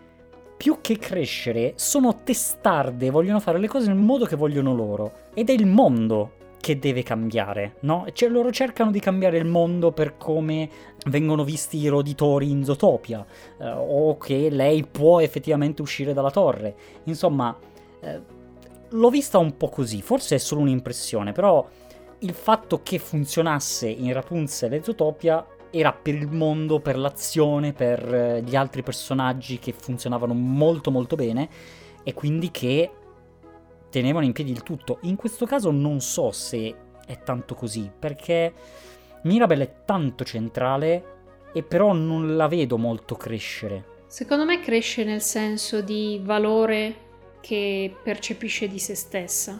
più che crescere sono testarde, vogliono fare le cose nel modo che vogliono loro, ed è il mondo che deve cambiare, no? Cioè loro cercano di cambiare il mondo per come vengono visti i roditori in Zootopia, eh, o che lei può effettivamente uscire dalla torre. Insomma, eh, l'ho vista un po' così, forse è solo un'impressione, però il fatto che funzionasse in Rapunzel e Zootopia era per il mondo, per l'azione, per eh, gli altri personaggi che funzionavano molto molto bene, e quindi che tenevano in piedi il tutto. In questo caso non so se è tanto così, perché Mirabel è tanto centrale e però non la vedo molto crescere. Secondo me cresce nel senso di valore che percepisce di se stessa,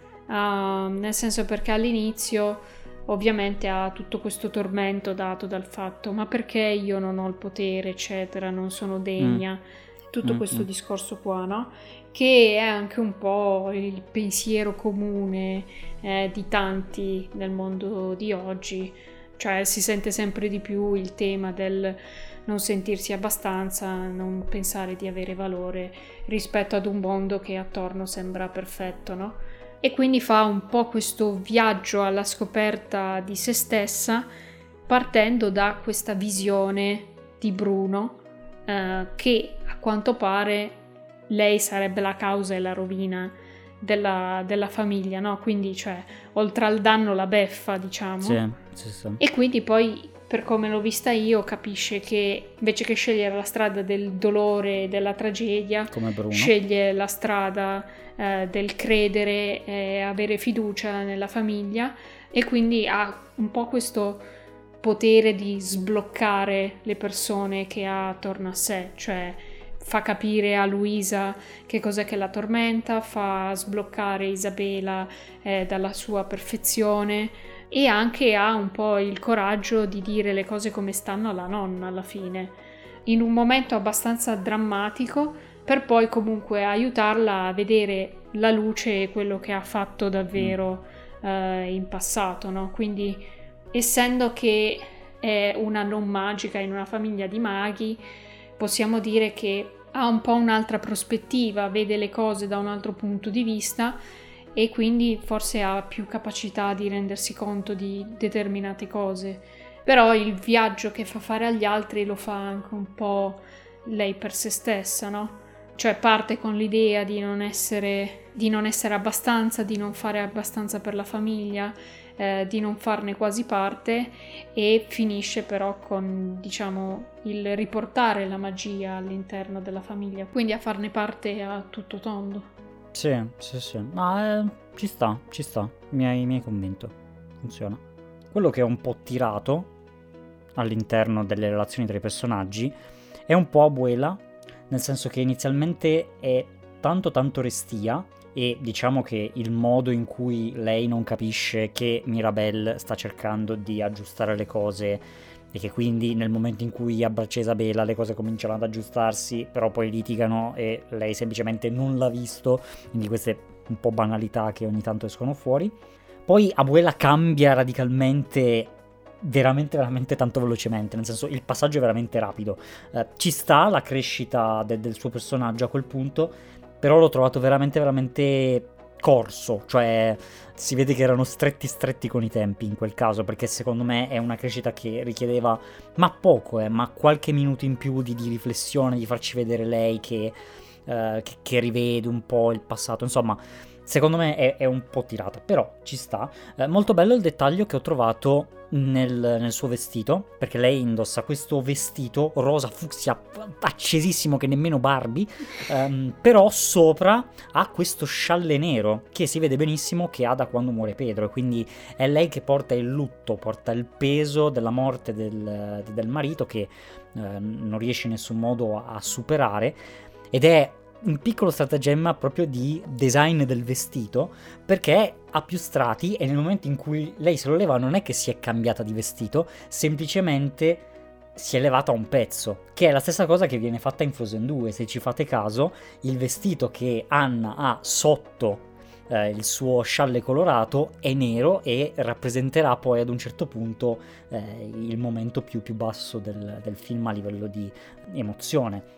uh, nel senso perché all'inizio ovviamente ha tutto questo tormento dato dal fatto ma perché io non ho il potere, eccetera, non sono degna, mm. tutto mm, questo mm. discorso qua, no? Che è anche un po' il pensiero comune eh, di tanti nel mondo di oggi, cioè si sente sempre di più il tema del non sentirsi abbastanza, non pensare di avere valore rispetto ad un mondo che attorno sembra perfetto, no? E quindi fa un po' questo viaggio alla scoperta di se stessa partendo da questa visione di Bruno eh, che a quanto pare lei sarebbe la causa e la rovina della, della famiglia, no? Quindi cioè oltre al danno la beffa, diciamo. Sì, sì, sì. E quindi poi, per come l'ho vista io, capisce che invece che scegliere la strada del dolore e della tragedia, come Bruno, sceglie la strada eh, del credere e avere fiducia nella famiglia, e quindi ha un po' questo potere di sbloccare le persone che ha attorno a sé, cioè fa capire a Luisa che cos'è che la tormenta, fa sbloccare Isabela eh, dalla sua perfezione, e anche ha un po' il coraggio di dire le cose come stanno alla nonna alla fine, in un momento abbastanza drammatico, per poi comunque aiutarla a vedere la luce e quello che ha fatto davvero eh, in passato, no? Quindi, essendo che è una non magica in una famiglia di maghi, possiamo dire che ha un po' un'altra prospettiva, vede le cose da un altro punto di vista e quindi forse ha più capacità di rendersi conto di determinate cose. Però il viaggio che fa fare agli altri lo fa anche un po' lei per se stessa, no? Cioè parte con l'idea di non essere, di non essere abbastanza, di non fare abbastanza per la famiglia, eh, di non farne quasi parte, e finisce però con, diciamo, il riportare la magia all'interno della famiglia, quindi a farne parte a tutto tondo. Sì, sì, sì, ma eh, ci sta, ci sta, mi hai, mi hai convinto, funziona. Quello che è un po' tirato all'interno delle relazioni tra i personaggi è un po' Abuela, nel senso che inizialmente è tanto tanto restia, e diciamo che il modo in cui lei non capisce che Mirabel sta cercando di aggiustare le cose e che quindi nel momento in cui abbraccia Isabela le cose cominciano ad aggiustarsi, però poi litigano e lei semplicemente non l'ha visto, quindi queste un po' banalità che ogni tanto escono fuori. Poi Abuela cambia radicalmente veramente veramente tanto velocemente, nel senso il passaggio è veramente rapido, eh, ci sta la crescita de- del suo personaggio a quel punto, però l'ho trovato veramente veramente corso, cioè si vede che erano stretti stretti con i tempi in quel caso, perché secondo me è una crescita che richiedeva ma poco, eh, ma qualche minuto in più di, di riflessione, di farci vedere lei che, eh, che, che rivede un po' il passato, insomma secondo me è, è un po' tirata, però ci sta. Eh, molto bello il dettaglio che ho trovato nel, nel suo vestito, perché lei indossa questo vestito rosa fucsia accesissimo che nemmeno Barbie, ehm, però sopra ha questo scialle nero che si vede benissimo che ha da quando muore Pedro, e quindi è lei che porta il lutto, porta il peso della morte del, del marito che eh, non riesce in nessun modo a, a superare, ed è un piccolo stratagemma proprio di design del vestito, perché ha più strati e nel momento in cui lei se lo leva non è che si è cambiata di vestito, semplicemente si è levata un pezzo, che è la stessa cosa che viene fatta in Frozen due. Se ci fate caso, il vestito che Anna ha sotto eh, il suo scialle colorato è nero e rappresenterà poi ad un certo punto eh, il momento più, più basso del, del film a livello di emozione.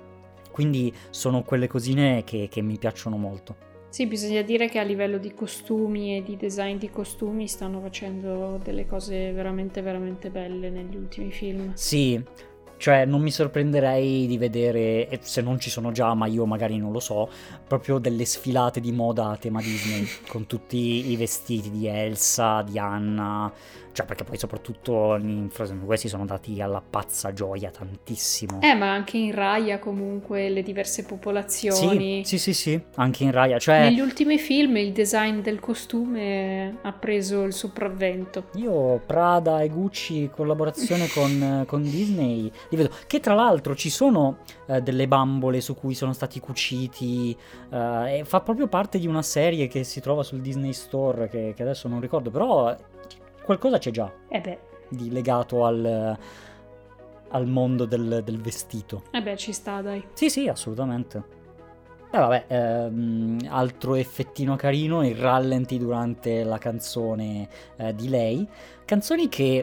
Quindi sono quelle cosine che, che mi piacciono molto. Sì, bisogna dire che a livello di costumi e di design di costumi stanno facendo delle cose veramente veramente belle negli ultimi film. Sì, cioè non mi sorprenderei di vedere, se non ci sono già, ma io magari non lo so, proprio delle sfilate di moda a tema Disney con tutti i vestiti di Elsa, di Anna, Cioè, perché poi soprattutto in Frozen due si sono dati alla pazza gioia tantissimo. Eh, ma anche in Raya comunque le diverse popolazioni. Sì, sì, sì, sì, anche in Raya. Cioè, negli ultimi film il design del costume ha preso il sopravvento. Io Prada e Gucci, collaborazione con, con Disney, li vedo. Che tra l'altro ci sono eh, delle bambole su cui sono stati cuciti, eh, e fa proprio parte di una serie che si trova sul Disney Store, che, che adesso non ricordo, però qualcosa c'è già Eh beh. di legato al, al mondo del, del vestito. Eh beh, ci sta, dai. Sì, sì, assolutamente. E vabbè, ehm, altro effettino carino, il rallenti durante la canzone eh, di lei. Canzoni che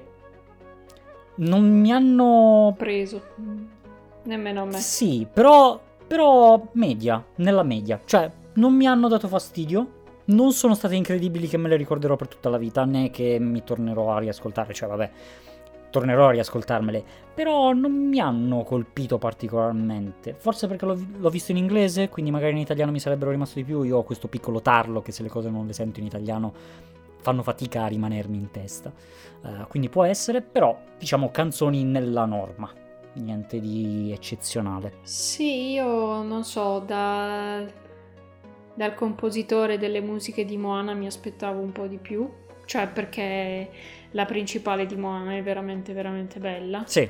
non mi hanno... preso. Nemmeno a me. Sì, però, però media, nella media. Cioè, non mi hanno dato fastidio. Non sono state incredibili che me le ricorderò per tutta la vita, né che mi tornerò a riascoltare, cioè vabbè, tornerò a riascoltarmele, però non mi hanno colpito particolarmente, forse perché l'ho, l'ho visto in inglese, quindi magari in italiano mi sarebbero rimasto di più. Io ho questo piccolo tarlo che se le cose non le sento in italiano fanno fatica a rimanermi in testa, uh, quindi può essere, però diciamo canzoni nella norma, niente di eccezionale. Sì, io non so, da... dal compositore delle musiche di Moana mi aspettavo un po' di più, cioè perché la principale di Moana è veramente veramente bella. Sì.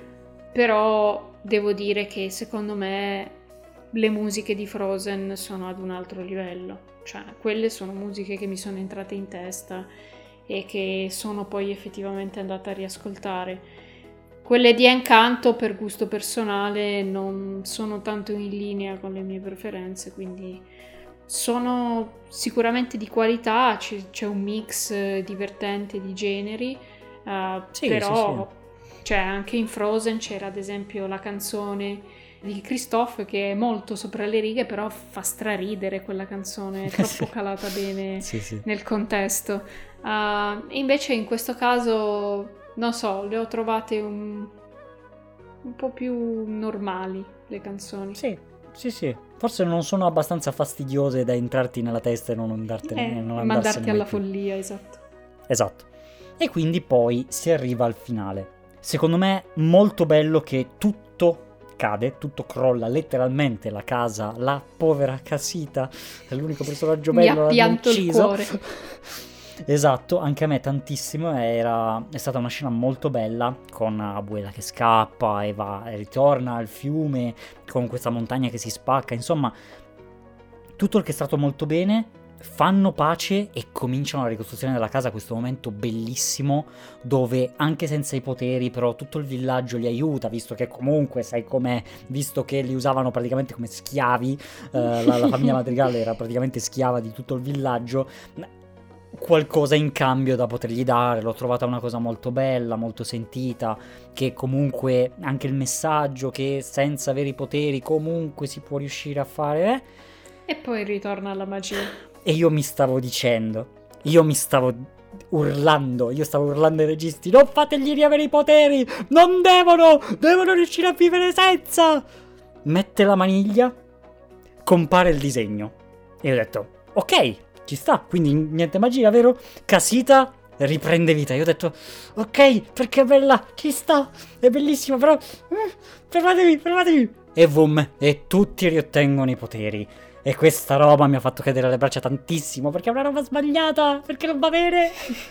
Però devo dire che secondo me le musiche di Frozen sono ad un altro livello, cioè quelle sono musiche che mi sono entrate in testa e che sono poi effettivamente andata a riascoltare. Quelle di Encanto per gusto personale non sono tanto in linea con le mie preferenze, quindi sono sicuramente di qualità, c'è, c'è un mix divertente di generi, uh, sì, però sì, sì. Cioè anche in Frozen c'era ad esempio la canzone di Christophe che è molto sopra le righe, però fa straridere quella canzone, è troppo calata bene sì, sì. nel contesto. Uh, invece in questo caso, non so, le ho trovate un, un po' più normali le canzoni. Sì, sì, sì. Forse non sono abbastanza fastidiose da entrarti nella testa e non andartene, Eh, non mandarti alla più. follia, esatto. Esatto. E quindi poi si arriva al finale. Secondo me molto bello che tutto cade, tutto crolla, letteralmente la casa, la povera Casita, è l'unico personaggio bello. Mi ha pianto il cuore. Esatto, anche a me tantissimo, era, è stata una scena molto bella, con Abuela che scappa e va e ritorna al fiume, con questa montagna che si spacca, insomma, tutto orchestrato molto bene. Fanno pace e cominciano la ricostruzione della casa, questo momento bellissimo dove anche senza i poteri però tutto il villaggio li aiuta, visto che comunque sai com'è, visto che li usavano praticamente come schiavi, eh, la, la famiglia Madrigal era praticamente schiava di tutto il villaggio, qualcosa in cambio da potergli dare. L'ho trovata una cosa molto bella, molto sentita, che comunque anche il messaggio che senza avere i poteri comunque si può riuscire a fare, eh? E poi ritorna alla magia. E io mi stavo dicendo, io mi stavo urlando, io stavo urlando ai registi: non fategli riavere i poteri, non devono, devono riuscire a vivere senza. Mette la maniglia, compare il disegno e ho detto ok, ci sta, quindi niente magia, vero? Casita riprende vita. Io ho detto ok, perché è bella, ci sta, è bellissima, però eh, fermatevi, fermatevi. E boom, e tutti riottengono i poteri. E questa roba mi ha fatto cadere le braccia tantissimo, perché è una roba sbagliata, perché non va bene.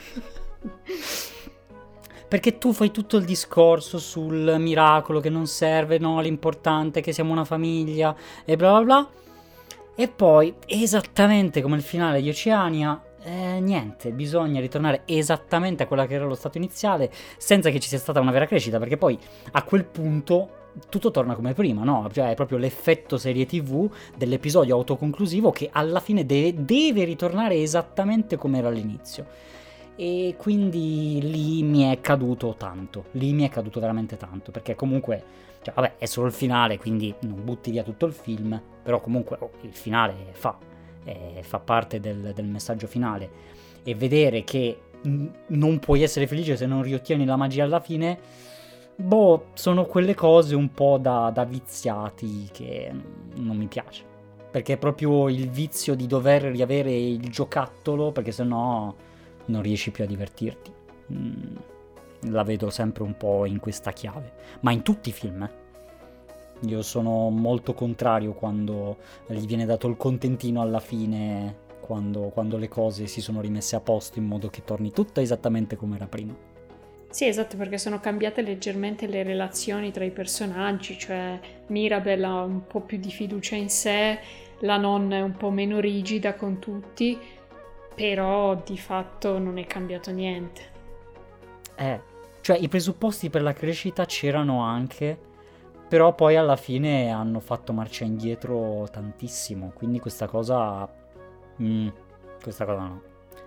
Perché tu fai tutto il discorso sul miracolo che non serve, no, l'importante è che siamo una famiglia e bla bla bla. E poi, esattamente come il finale di Oceania, eh, niente, bisogna ritornare esattamente a quella che era lo stato iniziale, senza che ci sia stata una vera crescita, perché poi a quel punto tutto torna come prima, no? Cioè è proprio l'effetto serie tv dell'episodio autoconclusivo che alla fine deve, deve ritornare esattamente come era all'inizio. E quindi lì mi è caduto tanto, lì mi è caduto veramente tanto, perché comunque, cioè, vabbè, è solo il finale, quindi non butti via tutto il film, però comunque oh, il finale fa, eh, fa parte del, del messaggio finale, e vedere che n- non puoi essere felice se non riottieni la magia alla fine, boh, sono quelle cose un po' da, da viziati che non mi piace, perché è proprio il vizio di dover riavere il giocattolo, perché sennò non riesci più a divertirti. Mm, la vedo sempre un po' in questa chiave, ma in tutti i film, eh. Io sono molto contrario quando gli viene dato il contentino alla fine, quando, quando le cose si sono rimesse a posto in modo che torni tutto esattamente come era prima. Sì, esatto, perché sono cambiate leggermente le relazioni tra i personaggi, cioè Mirabel ha un po' più di fiducia in sé, la nonna è un po' meno rigida con tutti, però di fatto non è cambiato niente. Eh, cioè i presupposti per la crescita c'erano anche, però poi alla fine hanno fatto marcia indietro tantissimo, quindi questa cosa... Mm, questa cosa no.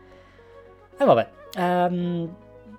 E eh, vabbè, um,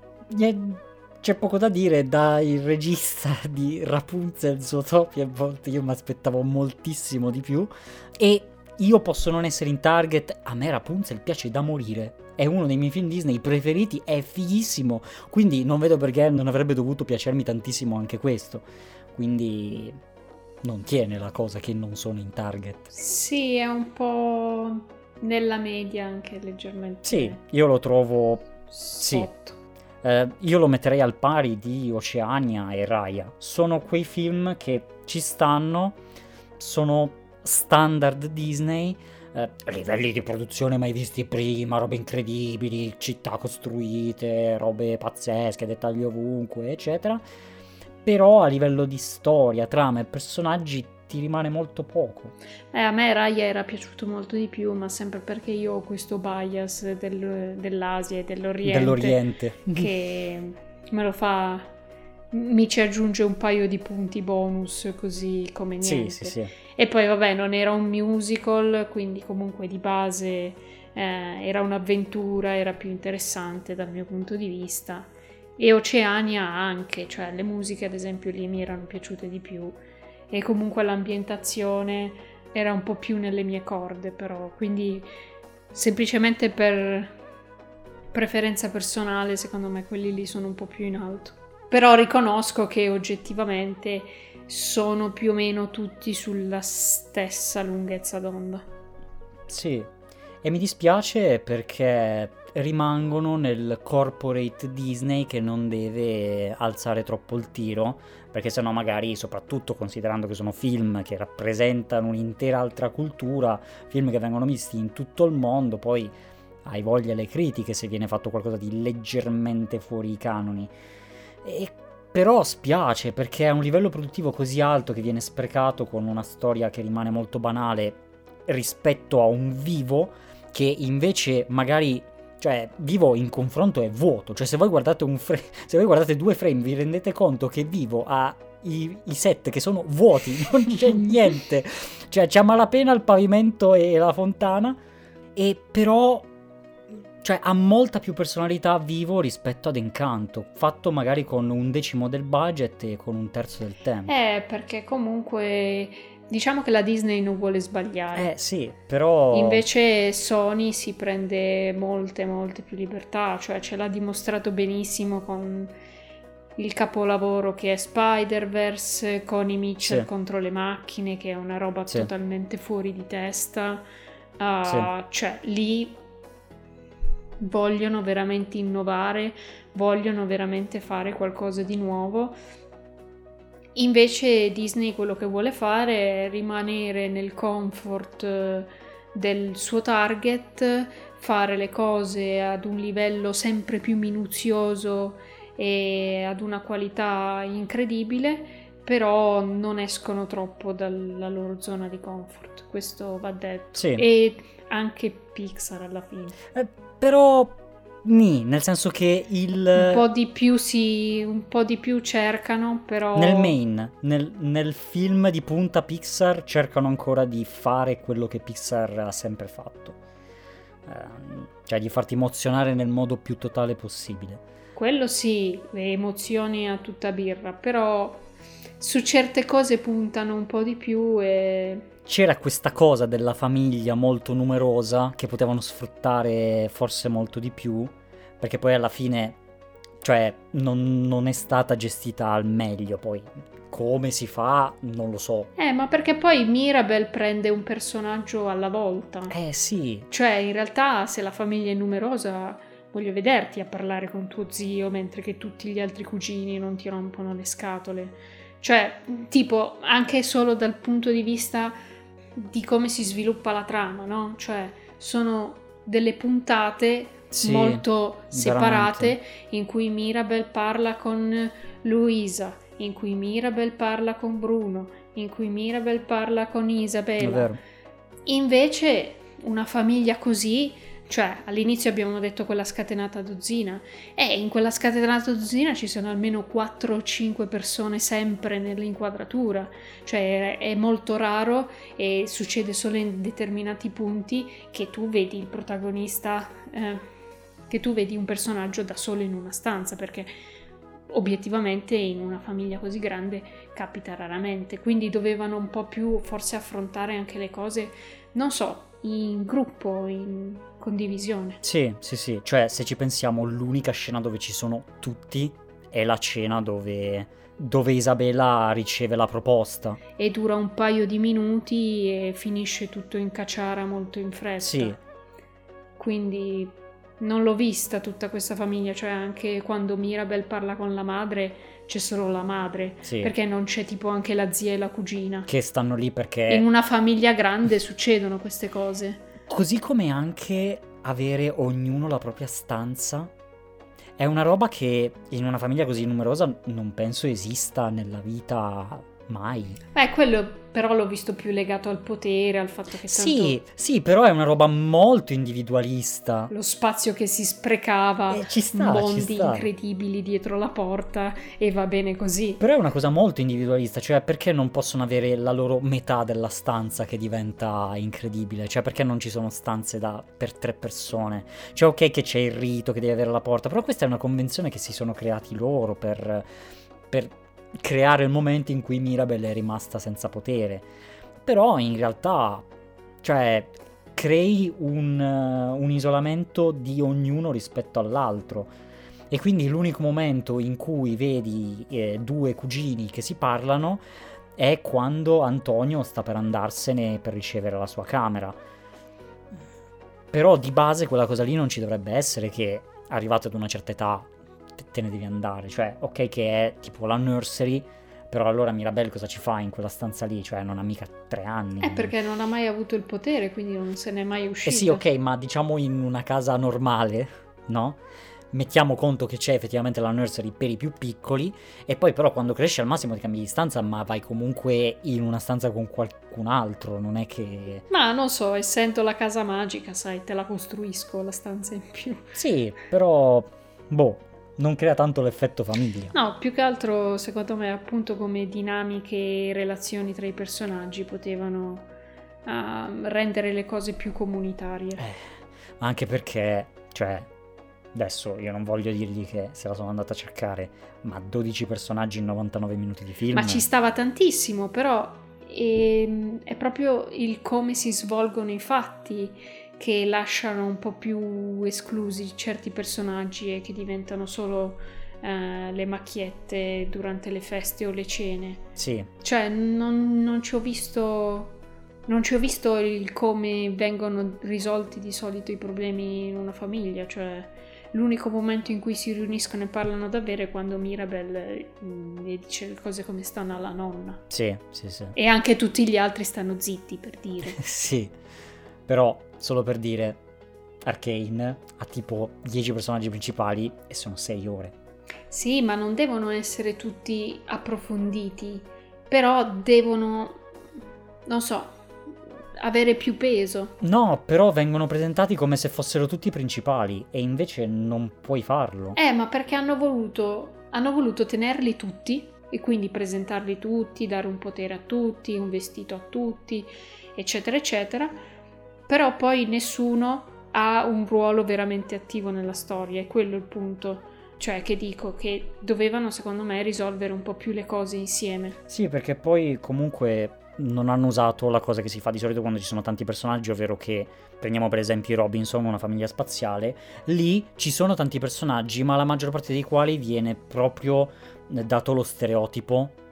c'è poco da dire, da il regista di Rapunzel, Zootopia, a volte io mi aspettavo moltissimo di più, e io posso non essere in target, a me Rapunzel piace da morire, è uno dei miei film Disney preferiti, è fighissimo, quindi non vedo perché non avrebbe dovuto piacermi tantissimo anche questo. Quindi non tiene la cosa che non sono in target. Sì, è un po' nella media anche leggermente. Sì, io lo trovo sotto. Sì. Eh, io lo metterei al pari di Oceania e Raya. Sono quei film che ci stanno, sono standard Disney, eh, livelli di produzione mai visti prima, robe incredibili, città costruite, robe pazzesche, dettagli ovunque, eccetera. Però a livello di storia, trama e personaggi ti rimane molto poco. Eh, a me Raya era piaciuto molto di più, ma sempre perché io ho questo bias del, dell'Asia e dell'Oriente, dell'Oriente che me lo fa, mi ci aggiunge un paio di punti bonus così come niente. Sì, sì, sì. E poi vabbè, non era un musical, quindi comunque di base eh, era un'avventura, era più interessante dal mio punto di vista. E Oceania anche, cioè le musiche ad esempio lì mi erano piaciute di più e comunque l'ambientazione era un po' più nelle mie corde, però quindi semplicemente per preferenza personale secondo me quelli lì sono un po' più in alto. Però riconosco che oggettivamente sono più o meno tutti sulla stessa lunghezza d'onda. Sì, e mi dispiace perché rimangono nel corporate Disney che non deve alzare troppo il tiro, perché sennò magari, soprattutto considerando che sono film che rappresentano un'intera altra cultura, film che vengono visti in tutto il mondo, poi hai voglia le critiche se viene fatto qualcosa di leggermente fuori i canoni. E però spiace perché è un livello produttivo così alto che viene sprecato con una storia che rimane molto banale rispetto a un Vivo che invece magari, cioè Vivo in confronto è vuoto, cioè se voi guardate un frame, se voi guardate due frame vi rendete conto che Vivo ha i, i set che sono vuoti, non c'è niente, cioè c'è a malapena il pavimento e la fontana, e però cioè ha molta più personalità Vivo rispetto ad Encanto, fatto magari con un decimo del budget e con un terzo del tempo. Eh, perché comunque diciamo che la Disney non vuole sbagliare. Eh sì, però... Invece Sony si prende molte, molte più libertà, cioè ce l'ha dimostrato benissimo con il capolavoro che è Spider-Verse, con i Mitchell sì. contro le macchine, che è una roba sì. totalmente fuori di testa. Uh, sì. Cioè lì vogliono veramente innovare, vogliono veramente fare qualcosa di nuovo. Invece Disney quello che vuole fare è rimanere nel comfort del suo target, fare le cose ad un livello sempre più minuzioso e ad una qualità incredibile, però non escono troppo dalla loro zona di comfort, questo va detto. Sì. E anche Pixar alla fine. Eh, però... Nì, nel senso che il... Un po' di più si... un po' di più cercano, però... Nel main, nel, nel film di punta Pixar cercano ancora di fare quello che Pixar ha sempre fatto. Eh, cioè di farti emozionare nel modo più totale possibile. Quello sì, le emozioni a tutta birra, però su certe cose puntano un po' di più e... C'era questa cosa della famiglia molto numerosa che potevano sfruttare forse molto di più, perché poi alla fine, cioè, non, non è stata gestita al meglio. Poi come si fa non lo so. Eh, ma perché poi Mirabel prende un personaggio alla volta. Eh sì. Cioè, in realtà se la famiglia è numerosa voglio vederti a parlare con tuo zio mentre che tutti gli altri cugini non ti rompono le scatole. Cioè, tipo, anche solo dal punto di vista di come si sviluppa la trama, no? Cioè, sono delle puntate sì, molto separate veramente. In cui Mirabel parla con Luisa, in cui Mirabel parla con Bruno, in cui Mirabel parla con Isabella. Invece una famiglia così, cioè all'inizio abbiamo detto quella scatenata dozzina, e in quella scatenata dozzina ci sono almeno quattro o cinque persone sempre nell'inquadratura, cioè è molto raro e succede solo in determinati punti che tu vedi il protagonista, eh, che tu vedi un personaggio da solo in una stanza, perché obiettivamente in una famiglia così grande capita raramente, quindi dovevano un po' più forse affrontare anche le cose, non so, in gruppo, in condivisione. Sì, sì, sì, cioè se ci pensiamo l'unica scena dove ci sono tutti è la scena dove, dove Isabella riceve la proposta. E dura un paio di minuti e finisce tutto in caciara molto in fretta. Sì. Quindi non l'ho vista tutta questa famiglia, cioè anche quando Mirabel parla con la madre c'è solo la madre, sì. Perché non c'è tipo anche la zia e la cugina. Che stanno lì perché... In una famiglia grande succedono queste cose. Così come anche avere ognuno la propria stanza. È una roba che in una famiglia così numerosa non penso esista nella vita mai. Eh, quello però l'ho visto più legato al potere, al fatto che tanto... Sì, sì, però è una roba molto individualista. Lo spazio che si sprecava, eh, ci sta, mondi ci sta. incredibili dietro la porta, e va bene così. Però è una cosa molto individualista, cioè perché non possono avere la loro metà della stanza che diventa incredibile? Cioè perché non ci sono stanze da, per tre persone? Cioè ok che c'è il rito che devi avere la porta, però questa è una convenzione che si sono creati loro per... per creare il momento in cui Mirabel è rimasta senza potere. Però in realtà, cioè, crei un, uh, un isolamento di ognuno rispetto all'altro, e quindi l'unico momento in cui vedi eh, due cugini che si parlano è quando Antonio sta per andarsene per ricevere la sua camera. Però di base quella cosa lì non ci dovrebbe essere, che arrivato ad una certa età te ne devi andare, cioè ok che è tipo la nursery, però allora Mirabel cosa ci fa in quella stanza lì? Cioè non ha mica tre anni. Eh, perché non ha mai avuto il potere, quindi non se n'è mai uscito. Eh sì, ok, ma diciamo in una casa normale, no? Mettiamo conto che c'è effettivamente la nursery per i più piccoli, e poi però quando cresci al massimo ti cambi di stanza, ma vai comunque in una stanza con qualcun altro, non è che... Ma non so, essendo la casa magica, sai, te la costruisco la stanza in più. Sì, però, boh, non crea tanto l'effetto famiglia. No, più che altro secondo me appunto come dinamiche e relazioni tra i personaggi potevano uh, rendere le cose più comunitarie. Eh, ma anche perché, cioè, adesso io non voglio dirgli che se la sono andata a cercare, ma dodici personaggi in novantanove minuti di film. Ma ci stava tantissimo, però è, è proprio il come si svolgono i fatti che lasciano un po' più esclusi certi personaggi e che diventano solo eh, le macchiette durante le feste o le cene. Sì. Cioè non, non ci ho visto non ci ho visto il come vengono risolti di solito i problemi in una famiglia, cioè l'unico momento in cui si riuniscono e parlano davvero è quando Mirabel mh, gli dice le cose come stanno alla nonna. Sì, sì, sì. E anche tutti gli altri stanno zitti, per dire. Sì, però solo per dire, Arcane ha tipo dieci personaggi principali e sono sei ore. Sì, ma non devono essere tutti approfonditi, però devono, non so, avere più peso. No, però vengono presentati come se fossero tutti principali e invece non puoi farlo. Eh, ma perché hanno voluto, hanno voluto tenerli tutti e quindi presentarli tutti, dare un potere a tutti, un vestito a tutti, eccetera, eccetera. Però poi nessuno ha un ruolo veramente attivo nella storia, è quello il punto. Cioè che dico che dovevano secondo me risolvere un po' più le cose insieme. Sì, perché poi comunque non hanno usato la cosa che si fa di solito quando ci sono tanti personaggi, ovvero che prendiamo per esempio i Robinson, una famiglia spaziale. Lì ci sono tanti personaggi, ma la maggior parte dei quali viene proprio dato lo stereotipo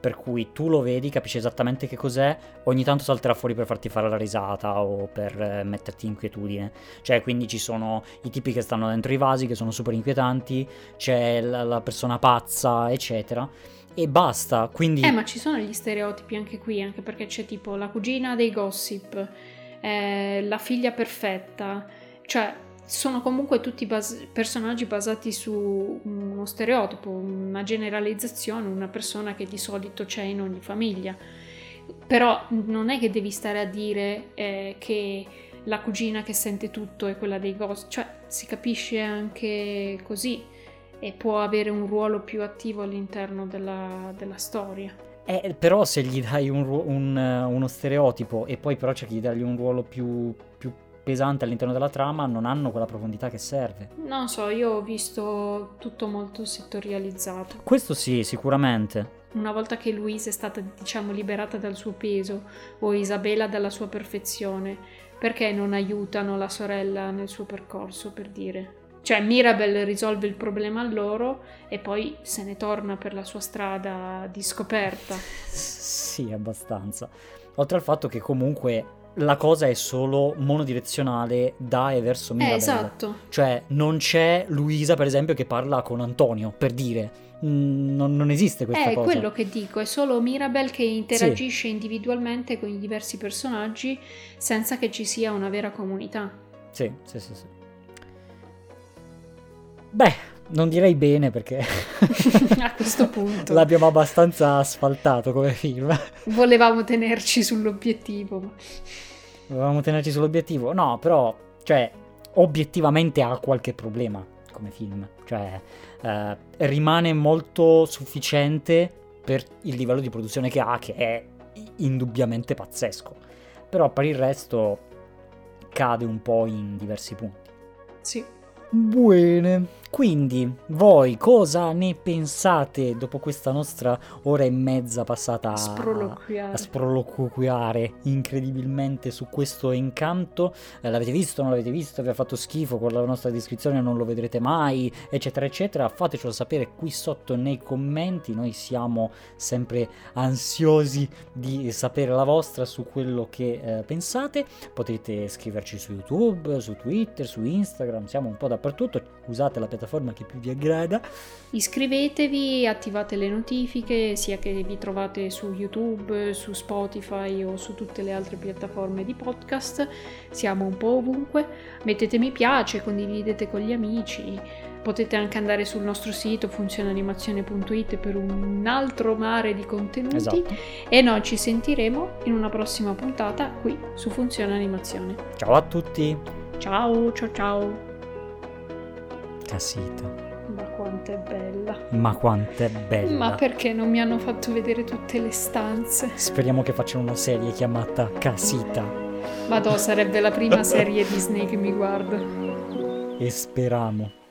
per cui tu lo vedi, capisci esattamente che cos'è, ogni tanto salterà fuori per farti fare la risata o per eh, metterti inquietudine. Cioè, quindi ci sono i tipi che stanno dentro i vasi, che sono super inquietanti, c'è la, la persona pazza, eccetera. E basta, quindi... Eh, ma ci sono gli stereotipi anche qui, anche perché c'è tipo la cugina dei gossip, eh, la figlia perfetta, cioè sono comunque tutti bas- personaggi basati su uno stereotipo, una generalizzazione, una persona che di solito c'è in ogni famiglia. Però non è che devi stare a dire eh, che la cugina che sente tutto è quella dei gossip, cioè si capisce anche così e può avere un ruolo più attivo all'interno della, della storia. Eh, però se gli dai un, ru- un, uno stereotipo e poi però c'è chi dagli un ruolo più, più pesante all'interno della trama, non hanno quella profondità che serve. Non so, io ho visto tutto molto settorializzato. Questo sì, sicuramente. Una volta che Louise è stata, diciamo, liberata dal suo peso o Isabella dalla sua perfezione, perché non aiutano la sorella nel suo percorso, per dire? Cioè Mirabel risolve il problema a loro e poi se ne torna per la sua strada di scoperta. Sì, abbastanza. Oltre al fatto che comunque la cosa è solo monodirezionale da e verso Mirabel. Eh, esatto. Cioè non c'è Luisa, per esempio, che parla con Antonio, per dire. Mm, non, non esiste questa È cosa. È quello che dico, è solo Mirabel che interagisce sì. individualmente con i diversi personaggi senza che ci sia una vera comunità. Sì, sì, sì, sì. Beh, non direi bene perché a questo punto l'abbiamo abbastanza asfaltato come film. Volevamo tenerci sull'obiettivo. Ma... Volevamo tenerci sull'obiettivo? No, però, cioè, obiettivamente ha qualche problema come film. Cioè, eh, rimane molto sufficiente per il livello di produzione che ha, che è indubbiamente pazzesco. Però per il resto cade un po' in diversi punti. Sì. Bene, quindi voi cosa ne pensate dopo questa nostra ora e mezza passata a sproloquiare, a sproloquiare incredibilmente su questo Encanto? Eh, l'avete visto, non l'avete visto, vi ha fatto schifo, con la nostra descrizione non lo vedrete mai, eccetera eccetera? Fatecelo sapere qui sotto nei commenti, noi siamo sempre ansiosi di sapere la vostra su quello che eh, pensate. Potete scriverci su YouTube, su Twitter, su Instagram, siamo un po' dappertutto, usate la piattaforma che più vi aggrada. Iscrivetevi, attivate le notifiche, sia che vi trovate su YouTube, su Spotify o su tutte le altre piattaforme di podcast, siamo un po' ovunque, mettete mi piace, condividete con gli amici, potete anche andare sul nostro sito funzionanimazione punto it per un altro mare di contenuti. Esatto. E noi ci sentiremo in una prossima puntata qui su Funziona Animazione. Ciao a tutti! Ciao, ciao ciao! Casita. Ma quanto è bella. Ma quanto è bella. Ma perché non mi hanno fatto vedere tutte le stanze? Speriamo che facciano una serie chiamata Casita. Madò, sarebbe la prima serie Disney che mi guardo. E speriamo.